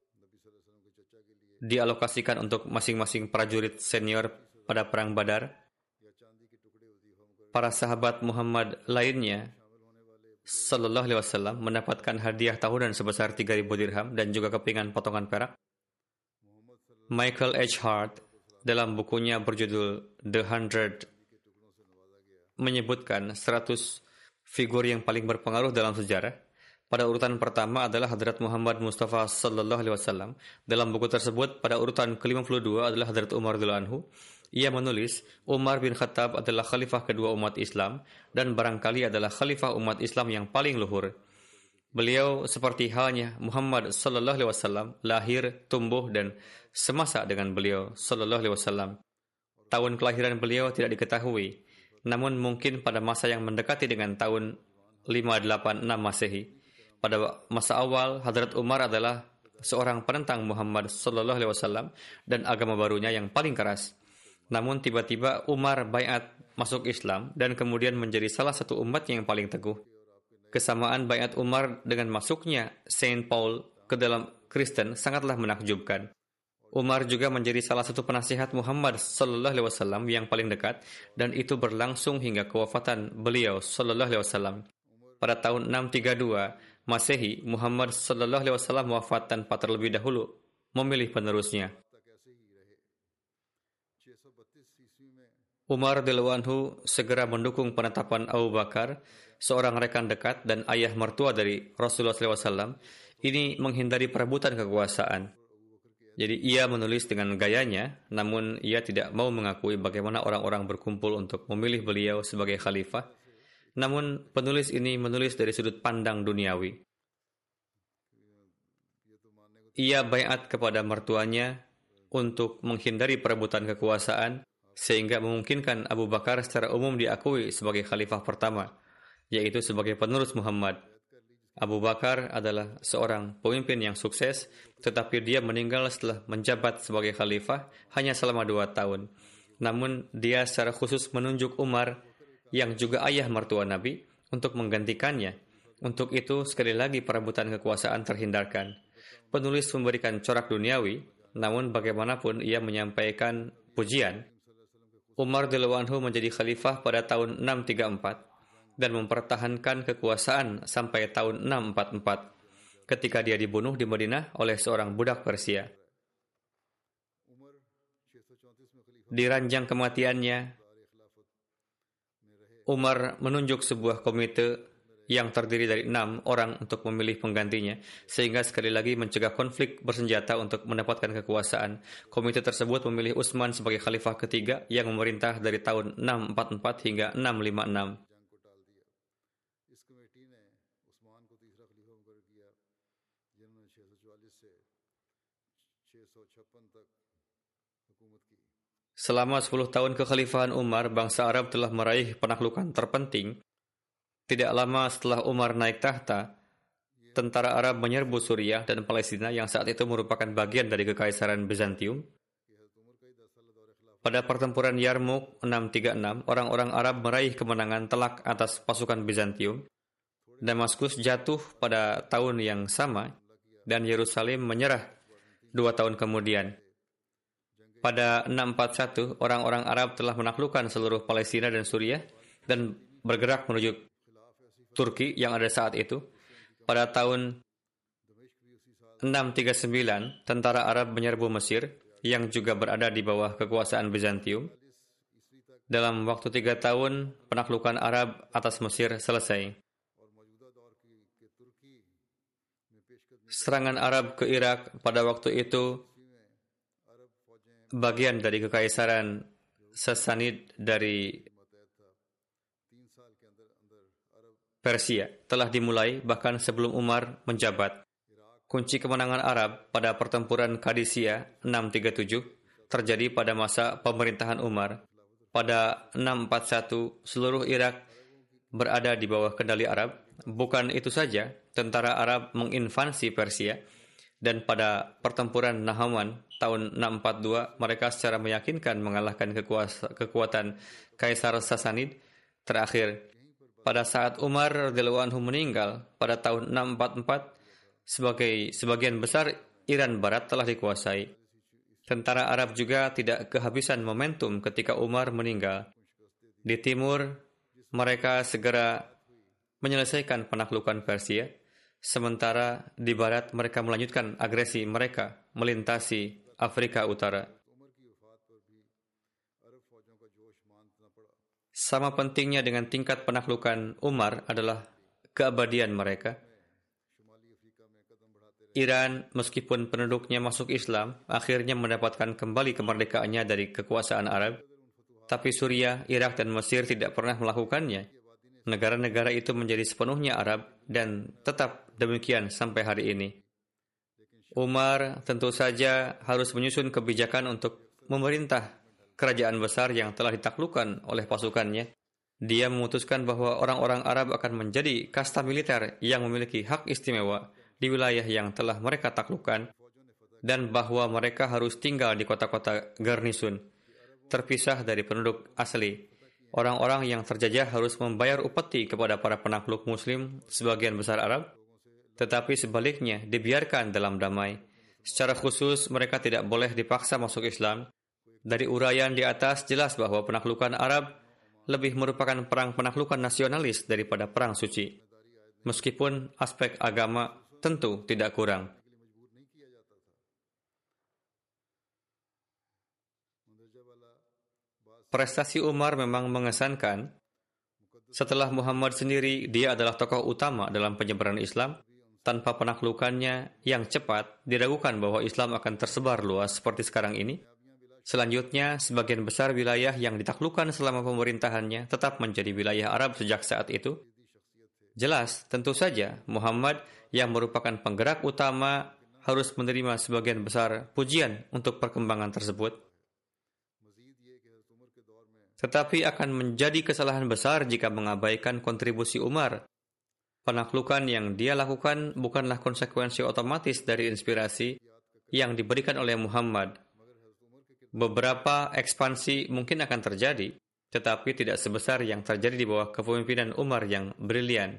dialokasikan untuk masing-masing prajurit senior pada Perang Badar. Para sahabat Muhammad lainnya Sallallahu Alaihi Wasallam mendapatkan hadiah tahunan sebesar 3.000 dirham dan juga kepingan potongan perak. Michael H. Hart dalam bukunya berjudul The 100 menyebutkan 100 figur yang paling berpengaruh dalam sejarah. Pada urutan pertama adalah Hadrat Muhammad Mustafa Sallallahu Alaihi Wasallam. Dalam buku tersebut, pada urutan ke-52 adalah Hadrat Umar radhiyallahu anhu. Ia menulis, Umar bin Khattab adalah khalifah kedua umat Islam dan barangkali adalah khalifah umat Islam yang paling luhur. Beliau seperti halnya Muhammad Sallallahu Alaihi Wasallam lahir, tumbuh dan semasa dengan beliau Sallallahu Alaihi Wasallam. Tahun kelahiran beliau tidak diketahui, namun mungkin pada masa yang mendekati dengan tahun 586 Masehi. Pada masa awal, Hadrat Umar adalah seorang penentang Muhammad Sallallahu Alaihi Wasallam dan agama barunya yang paling keras. Namun tiba-tiba Umar baiat masuk Islam dan kemudian menjadi salah satu umat yang paling teguh. Kesamaan baiat Umar dengan masuknya Saint Paul ke dalam Kristen sangatlah menakjubkan. Umar juga menjadi salah satu penasihat Muhammad Sallallahu Alaihi Wasallam yang paling dekat dan itu berlangsung hingga kewafatan beliau Sallallahu Alaihi Wasallam. Pada tahun 632 Masehi, Muhammad Sallallahu Alaihi Wasallam wafat tanpa terlebih dahulu memilih penerusnya. Umar radhiyallahu anhu segera mendukung penetapan Abu Bakar, seorang rekan dekat dan ayah mertua dari Rasulullah SAW. Ini menghindari perebutan kekuasaan. Jadi ia menulis dengan gayanya, namun ia tidak mau mengakui bagaimana orang-orang berkumpul untuk memilih beliau sebagai khalifah. Namun penulis ini menulis dari sudut pandang duniawi. Ia baiat kepada mertuanya untuk menghindari perebutan kekuasaan sehingga memungkinkan Abu Bakar secara umum diakui sebagai khalifah pertama, yaitu sebagai penerus Muhammad. Abu Bakar adalah seorang pemimpin yang sukses, tetapi dia meninggal setelah menjabat sebagai khalifah hanya selama 2 tahun. Namun dia secara khusus menunjuk Umar yang juga ayah mertua Nabi untuk menggantikannya. Untuk itu sekali lagi perebutan kekuasaan terhindarkan. Penulis memberikan corak duniawi, namun bagaimanapun ia menyampaikan pujian. Umar radhiyallahu anhu menjadi khalifah pada tahun 634 dan mempertahankan kekuasaan sampai tahun 644 ketika dia dibunuh di Madinah oleh seorang budak Persia. Di ranjang kematiannya, Umar menunjuk sebuah komite yang terdiri dari 6 orang untuk memilih penggantinya, sehingga sekali lagi mencegah konflik bersenjata untuk mendapatkan kekuasaan. Komite tersebut memilih Utsman sebagai khalifah ketiga yang memerintah dari tahun 644 hingga 656. Selama 10 tahun kekhalifahan Umar, bangsa Arab telah meraih penaklukan terpenting. Tidak lama setelah Umar naik tahta, tentara Arab menyerbu Suriah dan Palestina yang saat itu merupakan bagian dari Kekaisaran Bizantium. Pada pertempuran Yarmouk 636, orang-orang Arab meraih kemenangan telak atas pasukan Bizantium. Damaskus jatuh pada tahun yang sama dan Yerusalem menyerah 2 tahun kemudian. Pada 641, orang-orang Arab telah menaklukkan seluruh Palestina dan Suriah dan bergerak menuju Turki yang ada saat itu. Pada tahun 639, tentara Arab menyerbu Mesir yang juga berada di bawah kekuasaan Bizantium. Dalam waktu 3 tahun, penaklukan Arab atas Mesir selesai. Serangan Arab ke Irak pada waktu itu bagian dari kekaisaran Sassanid dari Persia telah dimulai bahkan sebelum Umar menjabat. Kunci kemenangan Arab pada pertempuran Qadisiyah 637 terjadi pada masa pemerintahan Umar. Pada 641 seluruh Irak berada di bawah kendali Arab. Bukan itu saja, tentara Arab menginvasi Persia dan pada pertempuran Nahawan tahun 642 mereka secara meyakinkan mengalahkan kekuatan Kaisar Sassanid. Terakhir, pada saat Umar radhiyallahu anhu meninggal pada tahun 644, sebagian besar Iran Barat telah dikuasai. Tentara Arab juga tidak kehabisan momentum ketika Umar meninggal. Di timur, mereka segera menyelesaikan penaklukan Persia, sementara di barat mereka melanjutkan agresi mereka melintasi Afrika Utara. Sama pentingnya dengan tingkat penaklukan Umar adalah keabadian mereka. Iran, meskipun penduduknya masuk Islam, akhirnya mendapatkan kembali kemerdekaannya dari kekuasaan Arab. Tapi Suriah, Irak, dan Mesir tidak pernah melakukannya. Negara-negara itu menjadi sepenuhnya Arab dan tetap demikian sampai hari ini. Umar tentu saja harus menyusun kebijakan untuk memerintah kerajaan besar yang telah ditaklukkan oleh pasukannya. Dia memutuskan bahwa orang-orang Arab akan menjadi kasta militer yang memiliki hak istimewa di wilayah yang telah mereka taklukkan dan bahwa mereka harus tinggal di kota-kota garnisun, terpisah dari penduduk asli. Orang-orang yang terjajah harus membayar upeti kepada para penakluk Muslim sebagian besar Arab, tetapi sebaliknya dibiarkan dalam damai. Secara khusus, mereka tidak boleh dipaksa masuk Islam. Dari uraian di atas jelas bahwa penaklukan Arab lebih merupakan perang penaklukan nasionalis daripada perang suci. Meskipun aspek agama tentu tidak kurang. Prestasi Umar memang mengesankan. Setelah Muhammad sendiri, dia adalah tokoh utama dalam penyebaran Islam. Tanpa penaklukannya yang cepat, diragukan bahwa Islam akan tersebar luas seperti sekarang ini. Selanjutnya, sebagian besar wilayah yang ditaklukkan selama pemerintahannya tetap menjadi wilayah Arab sejak saat itu. Jelas, tentu saja, Muhammad yang merupakan penggerak utama harus menerima sebagian besar pujian untuk perkembangan tersebut. Tetapi akan menjadi kesalahan besar jika mengabaikan kontribusi Umar. Penaklukan yang dia lakukan bukanlah konsekuensi otomatis dari inspirasi yang diberikan oleh Muhammad. Beberapa ekspansi mungkin akan terjadi, tetapi tidak sebesar yang terjadi di bawah kepemimpinan Umar yang brilian.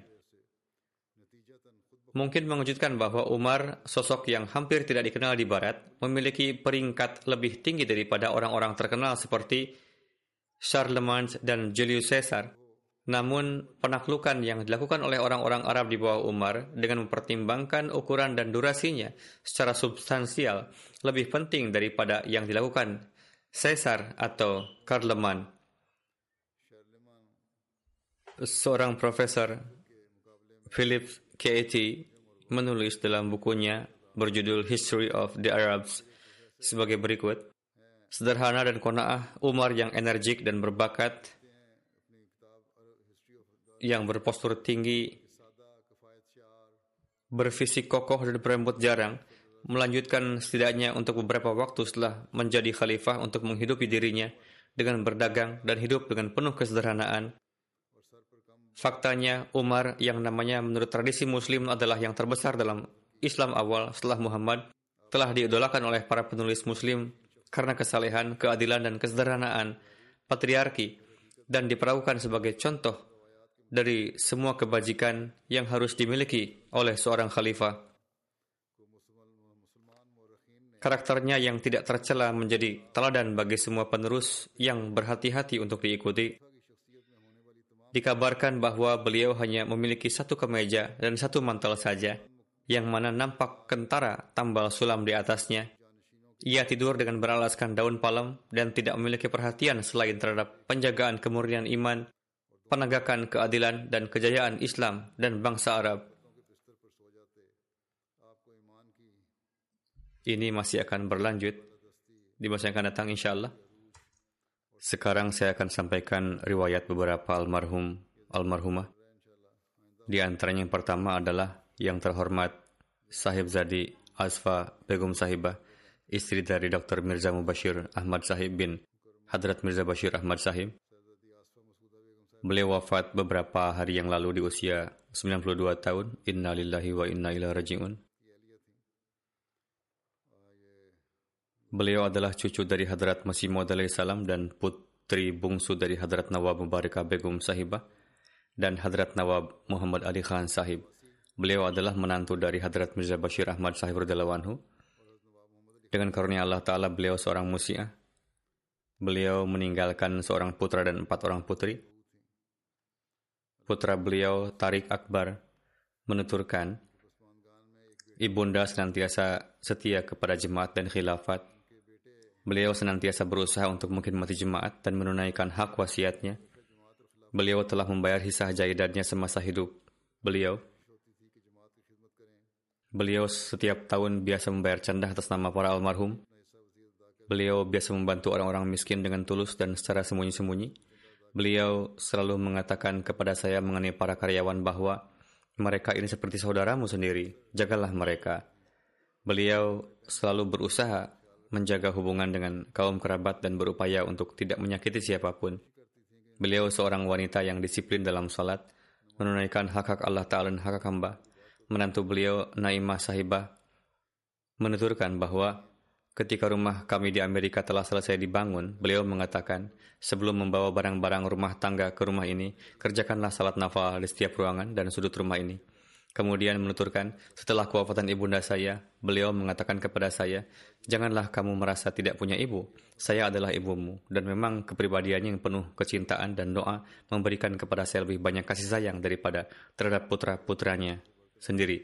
Mungkin mengejutkan bahwa Umar, sosok yang hampir tidak dikenal di Barat, memiliki peringkat lebih tinggi daripada orang-orang terkenal seperti Charlemagne dan Julius Caesar. Namun, penaklukan yang dilakukan oleh orang-orang Arab di bawah Umar dengan mempertimbangkan ukuran dan durasinya secara substansial lebih penting daripada yang dilakukan Caesar atau Charlemagne. Seorang profesor, Philip K.A.T., menulis dalam bukunya berjudul History of the Arabs sebagai berikut. Sederhana dan qanaah, Umar yang energik dan berbakat, yang berpostur tinggi, berfisik kokoh dan berambut jarang, melanjutkan setidaknya untuk beberapa waktu setelah menjadi khalifah untuk menghidupi dirinya dengan berdagang dan hidup dengan penuh kesederhanaan. Faktanya, Umar yang namanya menurut tradisi Muslim adalah yang terbesar dalam Islam awal setelah Muhammad, telah diidolakan oleh para penulis Muslim karena kesalehan, keadilan, dan kesederhanaan, patriarki, dan diperlakukan sebagai contoh dari semua kebajikan yang harus dimiliki oleh seorang khalifah. Karakternya yang tidak tercela menjadi teladan bagi semua penerus yang berhati-hati untuk diikuti. Dikabarkan bahwa beliau hanya memiliki satu kemeja dan satu mantel saja, yang mana nampak kentara tambal sulam di atasnya. Ia tidur dengan beralaskan daun palem dan tidak memiliki perhatian selain terhadap penjagaan kemurnian iman, penegakan keadilan dan kejayaan Islam dan bangsa Arab. ini masih akan berlanjut di masa yang akan datang insya Allah. Sekarang saya akan sampaikan riwayat beberapa almarhumah. Di antaranya yang pertama adalah yang terhormat Sahib Zadi Asfa Begum Sahibah, istri dari Dr. Mirza Mubashir Ahmad Sahib bin Hadrat Mirza Bashir Ahmad Sahib. Beliau wafat beberapa hari yang lalu di usia 92 tahun. Inna lillahi wa inna ilaihi raji'un. Beliau adalah cucu dari Hadrat Masih Maud alaihissalam dan putri bungsu dari Hadrat Nawab Mubarakah Begum Sahibah dan Hadrat Nawab Muhammad Ali Khan Sahib. Beliau adalah menantu dari Hadrat Mirza Bashir Ahmad Sahib radhiyallahu anhu. Dengan karunia Allah Ta'ala, beliau seorang musi'ah. Beliau meninggalkan seorang putra dan 4 orang putri. Putra beliau, Tariq Akbar, menuturkan, Ibunda senantiasa setia kepada jemaat dan khilafat. Beliau senantiasa berusaha untuk mengkhidmati jemaat dan menunaikan hak wasiatnya. Beliau telah membayar hisah jaidannya semasa hidup beliau. Beliau setiap tahun biasa membayar candah atas nama para almarhum. Beliau biasa membantu orang-orang miskin dengan tulus dan secara sembunyi-sembunyi. Beliau selalu mengatakan kepada saya mengenai para karyawan bahwa mereka ini seperti saudaramu sendiri, jagalah mereka. Beliau selalu berusaha menjaga hubungan dengan kaum kerabat dan berupaya untuk tidak menyakiti siapapun. Beliau seorang wanita yang disiplin dalam salat, menunaikan hak-hak Allah Ta'ala dan hak-hak hamba. Menantu beliau, Naimah Sahibah, menuturkan bahwa ketika rumah kami di Amerika telah selesai dibangun, beliau mengatakan, sebelum membawa barang-barang rumah tangga ke rumah ini, kerjakanlah salat nafal di setiap ruangan dan sudut rumah ini. Kemudian menuturkan, setelah kewafatan ibunda saya, beliau mengatakan kepada saya, janganlah kamu merasa tidak punya ibu. Saya adalah ibumu, dan memang kepribadiannya yang penuh kecintaan dan doa memberikan kepada saya lebih banyak kasih sayang daripada terhadap putra-putranya sendiri.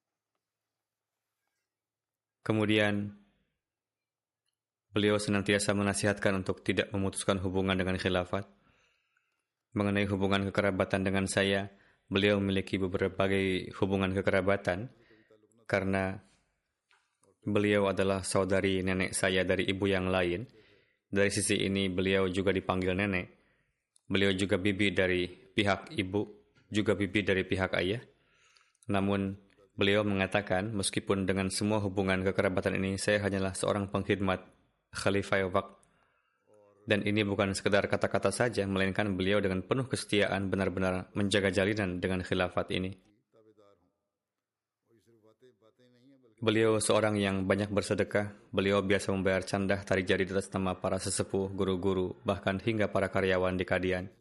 Kemudian, beliau senantiasa menasihatkan untuk tidak memutuskan hubungan dengan khilafat. Mengenai hubungan kekerabatan dengan saya, beliau memiliki berbagai hubungan kekerabatan karena beliau adalah saudari nenek saya dari ibu yang lain. Dari sisi ini beliau juga dipanggil nenek. Beliau juga bibi dari pihak ibu, juga bibi dari pihak ayah. Namun beliau mengatakan, meskipun dengan semua hubungan kekerabatan ini, saya hanyalah seorang pengkhidmat Khalifah Waqt. Dan ini bukan sekedar kata-kata saja, melainkan beliau dengan penuh kesetiaan benar-benar menjaga jalinan dengan khilafat ini. Beliau seorang yang banyak bersedekah. Beliau biasa membayar candah tarik jari atas nama para sesepuh, guru-guru, bahkan hingga para karyawan di Kadian.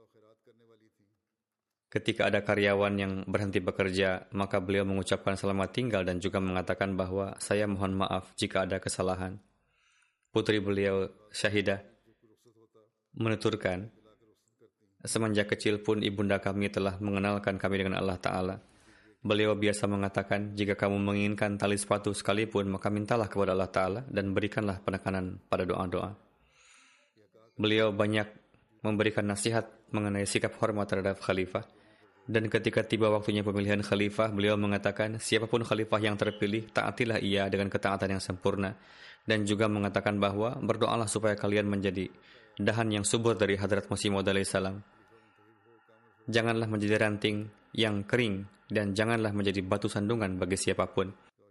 Ketika ada karyawan yang berhenti bekerja, maka beliau mengucapkan selamat tinggal dan juga mengatakan bahwa saya mohon maaf jika ada kesalahan. Putri beliau, Syahidah, menuturkan, semenjak kecil pun ibunda kami telah mengenalkan kami dengan Allah Ta'ala. Beliau biasa mengatakan, jika kamu menginginkan tali sepatu sekalipun, maka mintalah kepada Allah Ta'ala dan berikanlah penekanan pada doa-doa. Beliau banyak memberikan nasihat mengenai sikap hormat terhadap khalifah. Dan ketika tiba waktunya pemilihan khalifah, beliau mengatakan, siapapun khalifah yang terpilih, taatilah ia dengan ketaatan yang sempurna. Dan juga mengatakan bahwa berdoalah supaya kalian menjadi dahan yang subur dari Hadrat Masih Maud alaihissalam. Janganlah menjadi ranting yang kering dan janganlah menjadi batu sandungan bagi siapapun.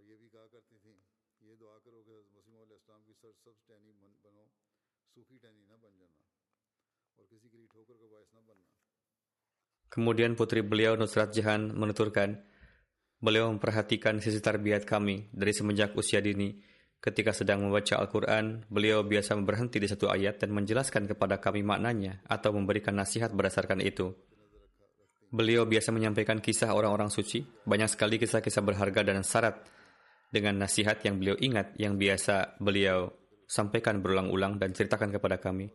Kemudian putri beliau Nusrat Jahan menuturkan, beliau memperhatikan sisi tarbiyat kami dari semenjak usia dini. Ketika sedang membaca Al-Quran, beliau biasa berhenti di satu ayat dan menjelaskan kepada kami maknanya atau memberikan nasihat berdasarkan itu. Beliau biasa menyampaikan kisah orang-orang suci, banyak sekali kisah-kisah berharga dan syarat dengan nasihat yang beliau ingat, yang biasa beliau sampaikan berulang-ulang dan ceritakan kepada kami.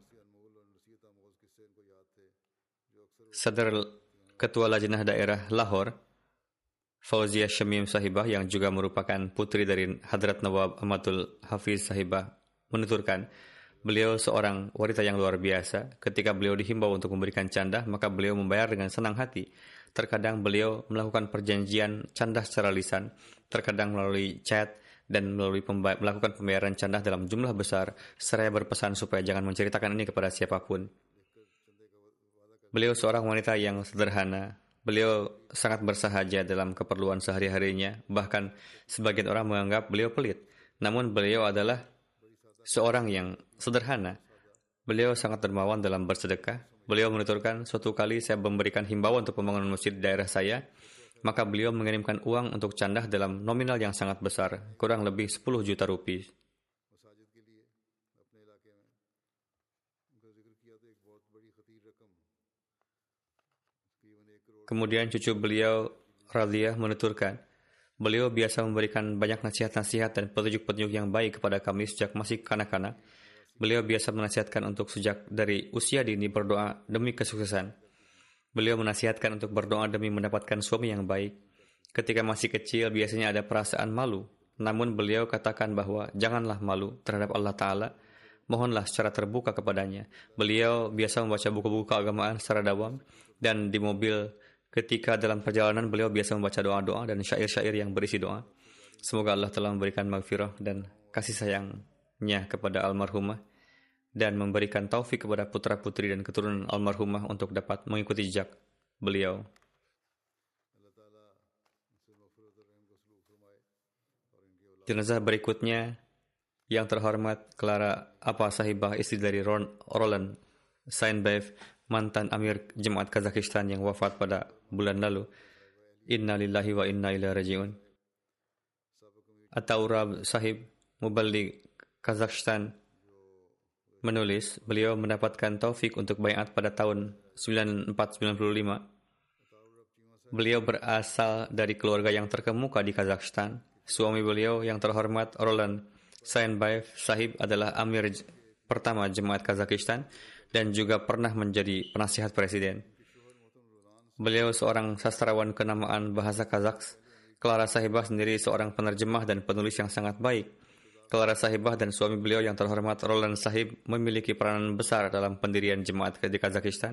Sadar Ketua Lajnah Daerah Lahore, Fauzia Syamim Sahibah, yang juga merupakan putri dari Hadrat Nawab Ahmadul Hafiz Sahibah, menuturkan, beliau seorang wanita yang luar biasa. Ketika beliau dihimbau untuk memberikan candah, maka beliau membayar dengan senang hati. Terkadang beliau melakukan perjanjian candah secara lisan, terkadang melalui chat, dan melalui melakukan pembayaran candah dalam jumlah besar, seraya berpesan supaya jangan menceritakan ini kepada siapapun. Beliau seorang wanita yang sederhana. Beliau sangat bersahaja dalam keperluan sehari-harinya. Bahkan sebagian orang menganggap beliau pelit. Namun beliau adalah seorang yang sederhana. Beliau sangat dermawan dalam bersedekah. Beliau menuturkan, suatu kali saya memberikan himbauan untuk pembangunan masjid di daerah saya, maka beliau mengirimkan uang untuk candah dalam nominal yang sangat besar, kurang lebih 10 juta rupiah. Kemudian cucu beliau, Radhiyah, menuturkan, beliau biasa memberikan banyak nasihat-nasihat dan petunjuk-petunjuk yang baik kepada kami sejak masih kanak-kanak. Beliau biasa menasihatkan untuk sejak dari usia dini berdoa demi kesuksesan. Beliau menasihatkan untuk berdoa demi mendapatkan suami yang baik. Ketika masih kecil biasanya ada perasaan malu. Namun beliau katakan bahwa janganlah malu terhadap Allah Ta'ala. Mohonlah secara terbuka kepadanya. Beliau biasa membaca buku-buku keagamaan secara dawam. Dan di mobil ketika dalam perjalanan beliau biasa membaca doa-doa dan syair-syair yang berisi doa. Semoga Allah telah memberikan maghfirah dan kasih sayangnya kepada almarhumah dan memberikan taufik kepada putra-putri dan keturunan almarhumah untuk dapat mengikuti jejak beliau. Jenazah berikutnya yang terhormat Clara Apa Sahibah, istri dari Roland Sainbaev, mantan Amir Jemaat Kazakhstan yang wafat pada bulan lalu. Inna lillahi wa inna ilaihi raji'un. Ataurab Sahib, Muballigh Kazakhstan, menulis, beliau mendapatkan taufik untuk baiat pada tahun 94-95. Beliau berasal dari keluarga yang terkemuka di Kazakhstan. Suami beliau yang terhormat Roland Sainbaev Sahib adalah Amir pertama Jemaat Kazakhstan dan juga pernah menjadi penasihat presiden. Beliau seorang sastrawan kenamaan bahasa Kazakh. Clara Sahibah sendiri seorang penerjemah dan penulis yang sangat baik. Clara Sahibah dan suami beliau yang terhormat Roland Sahib memiliki peranan besar dalam pendirian jemaat di Kazakhstan.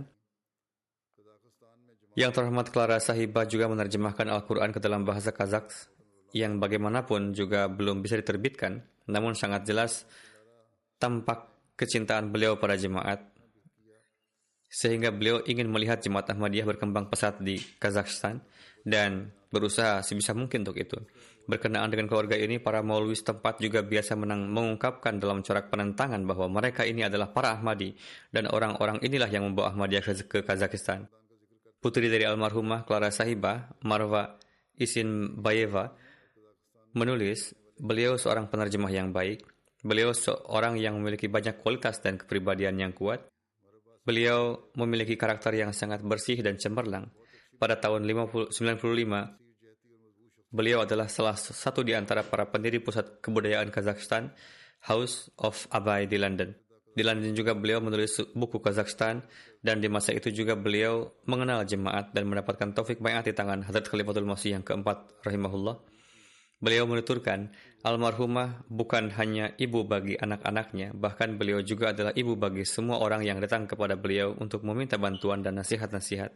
Yang terhormat Clara Sahibah juga menerjemahkan Al-Quran ke dalam bahasa Kazakh yang bagaimanapun juga belum bisa diterbitkan, namun sangat jelas tampak kecintaan beliau pada jemaat, sehingga beliau ingin melihat jemaat Ahmadiyah berkembang pesat di Kazakhstan dan berusaha sebisa mungkin untuk itu. Berkenaan dengan keluarga ini, para maulwi setempat juga biasa mengungkapkan dalam corak penentangan bahwa mereka ini adalah para Ahmadi dan orang-orang inilah yang membawa Ahmadiyah ke Kazakhstan. Putri dari almarhumah Clara Sahibah, Marva Isinbayeva, menulis, beliau seorang penerjemah yang baik. Beliau seorang yang memiliki banyak kualitas dan kepribadian yang kuat. Beliau memiliki karakter yang sangat bersih dan cemerlang. Pada tahun 95, beliau adalah salah satu di antara para pendiri pusat kebudayaan Kazakhstan, House of Abay di London. Di London juga beliau menulis buku Kazakhstan dan di masa itu juga beliau mengenal jemaat dan mendapatkan taufik baiat di tangan Hadrat Khalifatul Masih yang keempat rahimahullah. Beliau menuturkan, almarhumah bukan hanya ibu bagi anak-anaknya, bahkan beliau juga adalah ibu bagi semua orang yang datang kepada beliau untuk meminta bantuan dan nasihat-nasihat.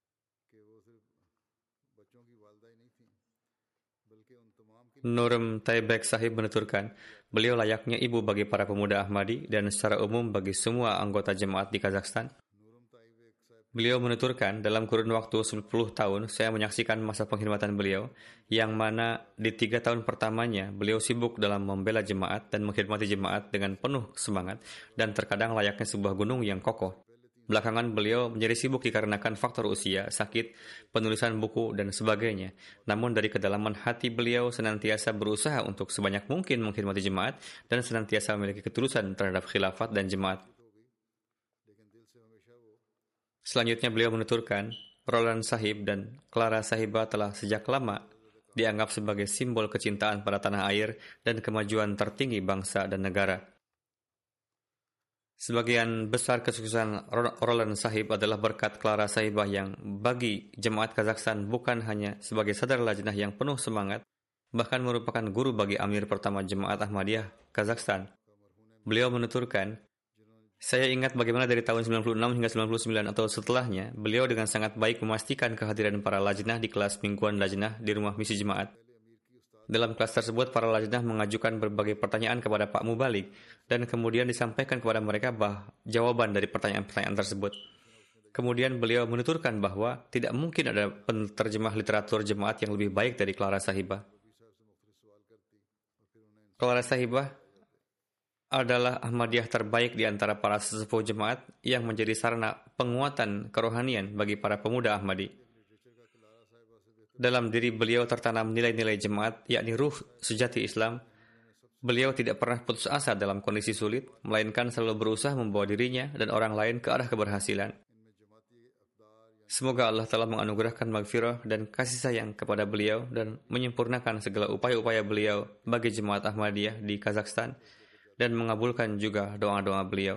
Nurm Taibek Sahib menuturkan, beliau layaknya ibu bagi para pemuda Ahmadi dan secara umum bagi semua anggota jemaat di Kazakhstan. Beliau menuturkan, dalam kurun waktu 10 tahun, saya menyaksikan masa pengkhidmatan beliau, yang mana di 3 tahun pertamanya, beliau sibuk dalam membela jemaat dan mengkhidmati jemaat dengan penuh semangat, dan terkadang layaknya sebuah gunung yang kokoh. Belakangan beliau menjadi sibuk dikarenakan faktor usia, sakit, penulisan buku, dan sebagainya. Namun dari kedalaman hati beliau senantiasa berusaha untuk sebanyak mungkin mengkhidmati jemaat, dan senantiasa memiliki ketulusan terhadap khilafat dan jemaat. Selanjutnya beliau menuturkan, Roland Sahib dan Clara Sahibah telah sejak lama dianggap sebagai simbol kecintaan pada tanah air dan kemajuan tertinggi bangsa dan negara. Sebagian besar kesuksesan Roland Sahib adalah berkat Clara Sahibah yang bagi jemaat Kazakhstan bukan hanya sebagai sadar lajnah yang penuh semangat, bahkan merupakan guru bagi Amir pertama jemaat Ahmadiyah Kazakhstan. Beliau menuturkan, saya ingat bagaimana dari tahun 96 hingga 99 atau setelahnya, beliau dengan sangat baik memastikan kehadiran para lajnah di kelas mingguan lajnah di rumah misi jemaat. Dalam kelas tersebut, para lajnah mengajukan berbagai pertanyaan kepada Pak Mubalik dan kemudian disampaikan kepada mereka jawaban dari pertanyaan-pertanyaan tersebut. Kemudian beliau menuturkan bahwa tidak mungkin ada penterjemah literatur jemaat yang lebih baik dari Clara Sahibah. Clara Sahibah adalah Ahmadiyah terbaik di antara para sesepuh jemaat yang menjadi sarana penguatan kerohanian bagi para pemuda Ahmadi. Dalam diri beliau tertanam nilai-nilai jemaat, yakni ruh sejati Islam. Beliau tidak pernah putus asa dalam kondisi sulit, melainkan selalu berusaha membawa dirinya dan orang lain ke arah keberhasilan. Semoga Allah telah menganugerahkan maghfirah dan kasih sayang kepada beliau dan menyempurnakan segala upaya-upaya beliau bagi jemaat Ahmadiyah di Kazakhstan dan mengabulkan juga doa-doa beliau.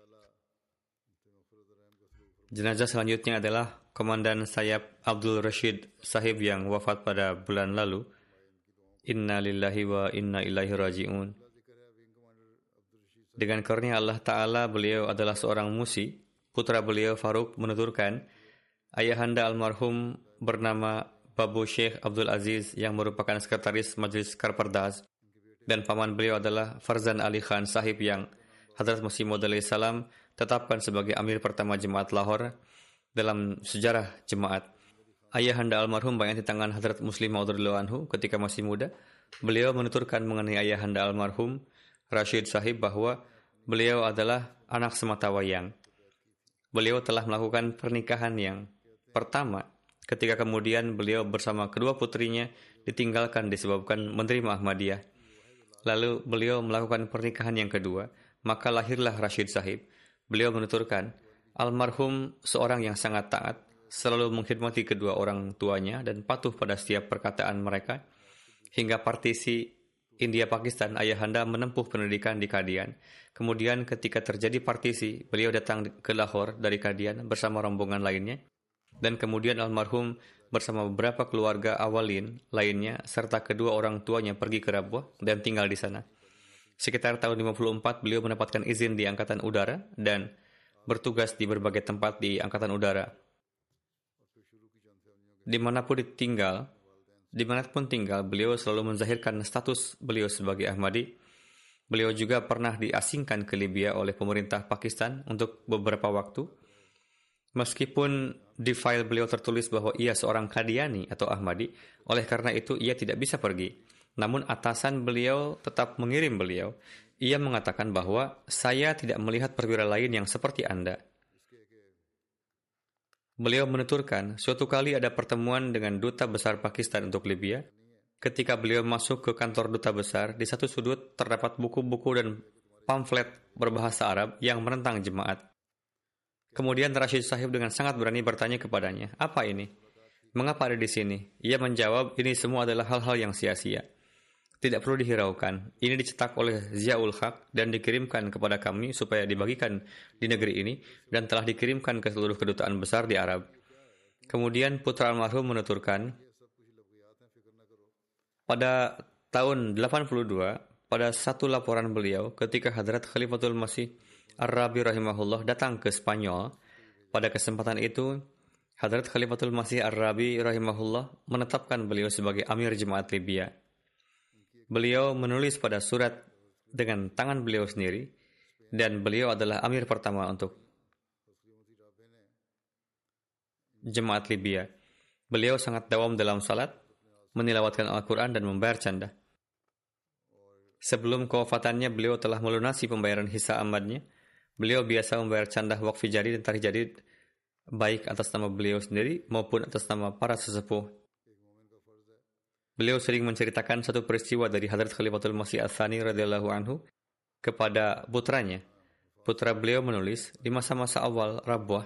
Jenazah selanjutnya adalah Komandan Sayap Abdul Rashid Sahib yang wafat pada bulan lalu. Inna lillahi wa inna ilaihi raji'un. Dengan karunia Allah Ta'ala, beliau adalah seorang musi. Putra beliau Faruk menuturkan, ayahanda almarhum bernama Babu Sheikh Abdul Aziz yang merupakan sekretaris Majlis Karpardaz, dan paman beliau adalah Farzan Ali Khan Sahib yang Hadrat Masih Maud alaihi salam tetapkan sebagai amir pertama jemaat Lahore dalam sejarah jemaat. Ayahanda almarhum banyak di tangan Hadrat Muslim Maud anhu ketika masih muda. Beliau menuturkan mengenai ayahanda almarhum Rashid Sahib bahwa beliau adalah anak semata wayang. Beliau telah melakukan pernikahan yang pertama ketika kemudian beliau bersama kedua putrinya ditinggalkan disebabkan menerima Ahmadiyah. Lalu beliau melakukan pernikahan yang kedua, maka lahirlah Rashid Sahib. Beliau menuturkan, almarhum seorang yang sangat taat, selalu mengkhidmati kedua orang tuanya dan patuh pada setiap perkataan mereka. Hingga partisi India-Pakistan, ayahanda menempuh pendidikan di Kadian. Kemudian ketika terjadi partisi, beliau datang ke Lahore dari Kadian bersama rombongan lainnya. Dan kemudian almarhum bersama beberapa keluarga awalin lainnya serta kedua orang tuanya pergi ke Rabwah dan tinggal di sana. Sekitar tahun 54, beliau mendapatkan izin di Angkatan Udara dan bertugas di berbagai tempat di Angkatan Udara. Dimanapun tinggal, beliau selalu menzahirkan status beliau sebagai Ahmadi. Beliau juga pernah diasingkan ke Libya oleh pemerintah Pakistan untuk beberapa waktu. Meskipun di file beliau tertulis bahwa ia seorang Qadiani atau Ahmadi, oleh karena itu ia tidak bisa pergi. Namun atasan beliau tetap mengirim beliau. Ia mengatakan bahwa saya tidak melihat perwira lain yang seperti Anda. Beliau menuturkan, suatu kali ada pertemuan dengan duta besar Pakistan untuk Libya. Ketika beliau masuk ke kantor duta besar, di satu sudut terdapat buku-buku dan pamflet berbahasa Arab yang menentang jemaat. Kemudian Rashid Sahib dengan sangat berani bertanya kepadanya, apa ini? Mengapa ada di sini? Ia menjawab, ini semua adalah hal-hal yang sia-sia. Tidak perlu dihiraukan. Ini dicetak oleh Ziaul Haq dan dikirimkan kepada kami supaya dibagikan di negeri ini dan telah dikirimkan ke seluruh kedutaan besar di Arab. Kemudian putra almarhum menuturkan, pada tahun 82, pada satu laporan beliau ketika Hadrat Khalifatul Masih Ar-Rabi rahimahullah datang ke Spanyol, pada kesempatan itu Hadrat Khalifatul Masih Ar-Rabi rahimahullah menetapkan beliau sebagai Amir Jemaat Libya. Beliau menulis pada surat dengan tangan beliau sendiri dan beliau adalah Amir pertama untuk Jemaat Libya. Beliau sangat dawam dalam salat, menilawatkan Al-Quran dan membayar canda. Sebelum kewafatannya, beliau telah melunasi pembayaran hisa amadnya. Beliau biasa membayar canda wakfi jari dan tarikh jari baik atas nama beliau sendiri maupun atas nama para sesepuh. Beliau sering menceritakan satu peristiwa dari Hadrat Khalifatul Masih Ats-Tsani radhiyallahu anhu kepada putranya. Putra beliau menulis, di masa-masa awal Rabwah,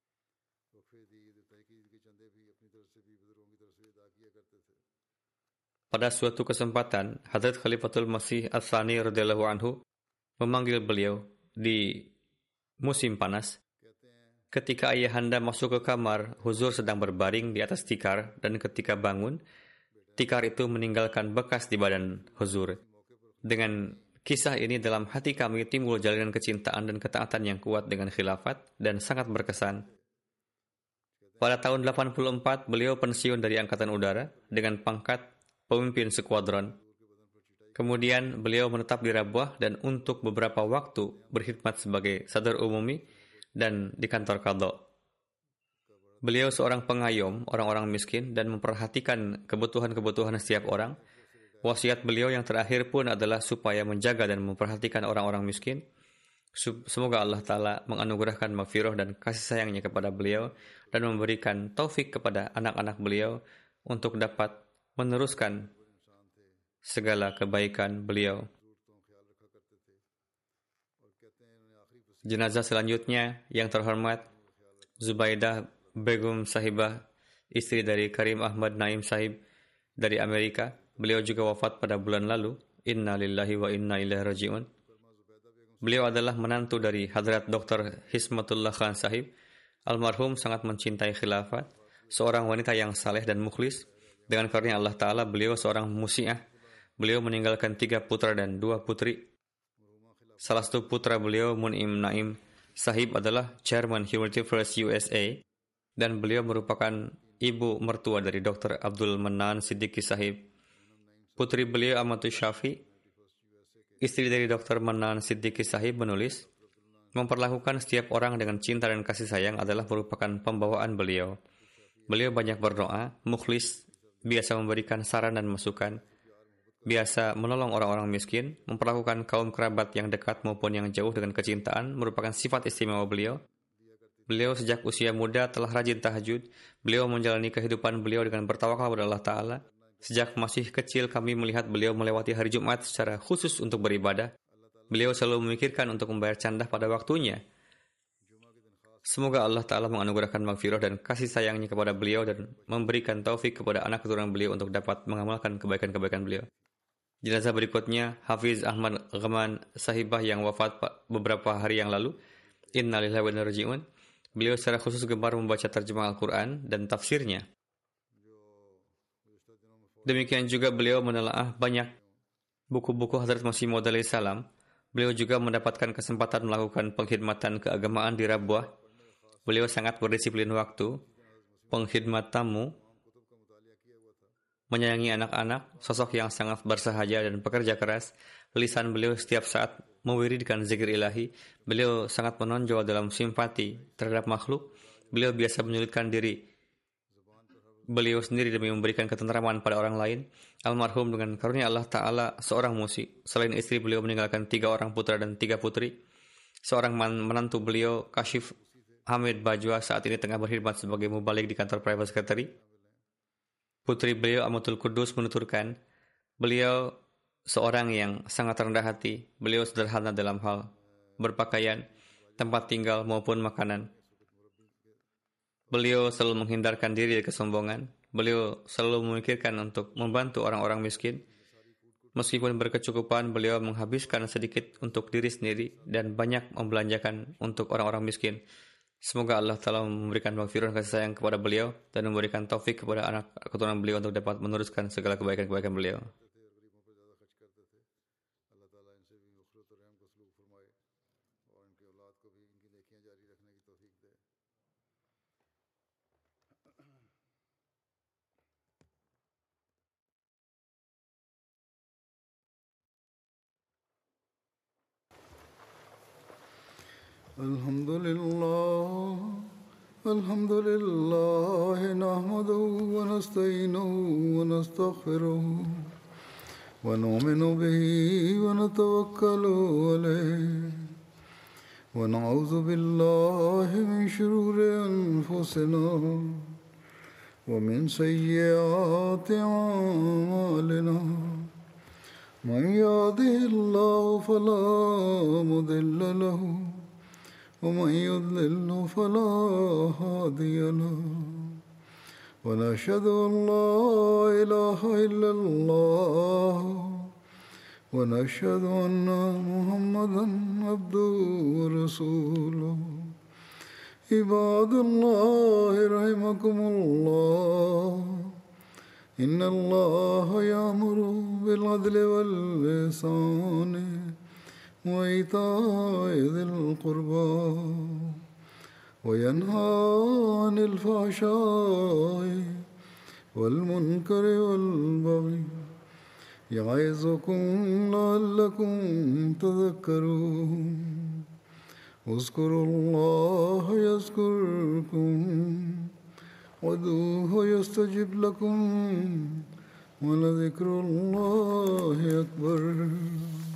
pada suatu kesempatan, Hadrat Khalifatul Masih Ats-Tsani radhiyallahu anhu memanggil beliau di musim panas. Ketika ayahanda masuk ke kamar, Huzur sedang berbaring di atas tikar dan ketika bangun, tikar itu meninggalkan bekas di badan Huzur. Dengan kisah ini dalam hati kami timbul jalinan kecintaan dan ketaatan yang kuat dengan khilafat dan sangat berkesan. Pada tahun 84, beliau pensiun dari Angkatan Udara dengan pangkat pemimpin skuadron. Kemudian beliau menetap di Rabwah dan untuk beberapa waktu berkhidmat sebagai sadar umumi dan di kantor qadha. Beliau seorang pengayom orang-orang miskin dan memperhatikan kebutuhan-kebutuhan setiap orang. Wasiat beliau yang terakhir pun adalah supaya menjaga dan memperhatikan orang-orang miskin. Semoga Allah Ta'ala menganugerahkan maghfirah dan kasih sayangnya kepada beliau dan memberikan taufik kepada anak-anak beliau untuk dapat meneruskan segala kebaikan beliau. Jenazah selanjutnya yang terhormat Zubaidah Begum Sahibah, istri dari Karim Ahmad Naim Sahib dari Amerika. Beliau juga wafat pada bulan lalu. Inna lillahi wa inna ilaihi raji'un. Beliau adalah menantu dari Hadrat Dr. Hismatullah Khan Sahib. Almarhum sangat mencintai khilafat, seorang wanita yang saleh dan mukhlis. Dengan karunia Allah Ta'ala, beliau seorang musi'ah. Beliau meninggalkan 3 putra dan 2 putri. Salah satu putra beliau, Mun'im Naim Sahib, adalah Chairman Humanity First USA, dan beliau merupakan ibu mertua dari Dr. Abdul Manan Siddiqui Sahib. Putri beliau, Amatul Syafi, istri dari Dr. Manan Siddiqui Sahib, menulis, memperlakukan setiap orang dengan cinta dan kasih sayang adalah merupakan pembawaan beliau. Beliau banyak berdoa, mukhlis, biasa memberikan saran dan masukan, biasa menolong orang-orang miskin, memperlakukan kaum kerabat yang dekat maupun yang jauh dengan kecintaan, merupakan sifat istimewa beliau. Beliau sejak usia muda telah rajin tahajud. Beliau menjalani kehidupan beliau dengan bertawakal kepada Allah Ta'ala. Sejak masih kecil kami melihat beliau melewati hari Jumat secara khusus untuk beribadah. Beliau selalu memikirkan untuk membayar candah pada waktunya. Semoga Allah Ta'ala menganugerahkan maghfirah dan kasih sayangnya kepada beliau dan memberikan taufik kepada anak keturunan beliau untuk dapat mengamalkan kebaikan-kebaikan beliau. Jenazah berikutnya, Hafiz Ahmad Ghaman Sahibah yang wafat beberapa hari yang lalu. Inna lillahi wa inna ilaihi raji'un. Beliau secara khusus gemar membaca terjemah Al-Quran dan tafsirnya. Demikian juga beliau menelaah banyak buku-buku Hazrat Masih Maud alaihi salam. Beliau juga mendapatkan kesempatan melakukan pengkhidmatan keagamaan di Rabwah. Beliau sangat berdisiplin waktu, pengkhidmat tamu, menyayangi anak-anak, sosok yang sangat bersahaja dan pekerja keras. Lisan beliau setiap saat mewiridkan zikir ilahi. Beliau sangat menonjol dalam simpati terhadap makhluk. Beliau biasa menyulitkan diri beliau sendiri demi memberikan ketentraman pada orang lain. Almarhum dengan karunia Allah Ta'ala seorang musik. Selain istri, beliau meninggalkan 3 orang putra dan 3 putri. Seorang menantu beliau, Kashif Hamid Bajwa, saat ini tengah berkhidmat sebagai mubalik di kantor private secretary. Putri beliau, Amatul Kudus, menuturkan, beliau seorang yang sangat rendah hati. Beliau sederhana dalam hal berpakaian, tempat tinggal maupun makanan. Beliau selalu menghindarkan diri dari kesombongan. Beliau selalu memikirkan untuk membantu orang-orang miskin. Meskipun berkecukupan, beliau menghabiskan sedikit untuk diri sendiri dan banyak membelanjakan untuk orang-orang miskin. Semoga Allah Ta'ala memberikan maghfirah dan kasih sayang kepada beliau dan memberikan taufik kepada anak keturunan beliau untuk dapat meneruskan segala kebaikan-kebaikan beliau. الحمد لله نحمده ونستعينه ونستغفره ونؤمن به ونتوكل عليه ونعوذ بالله من شرور أنفسنا ومن سيئات أعمالنا من يهده الله فلا مضل له ومن يضلل فلا هادي له ونشهد أن لا إله إلا الله ونشهد أن محمدا عبده ورسوله عباد الله رحمكم الله إن الله يأمر بالعدل والإحسان وإيتاء ذي القربى وينهى عن الفحشاء والمنكر والبغي يعظكم لعلكم تذكرون اذكروا الله يذكركم وادعوه يستجب لكم ولذكر الله أكبر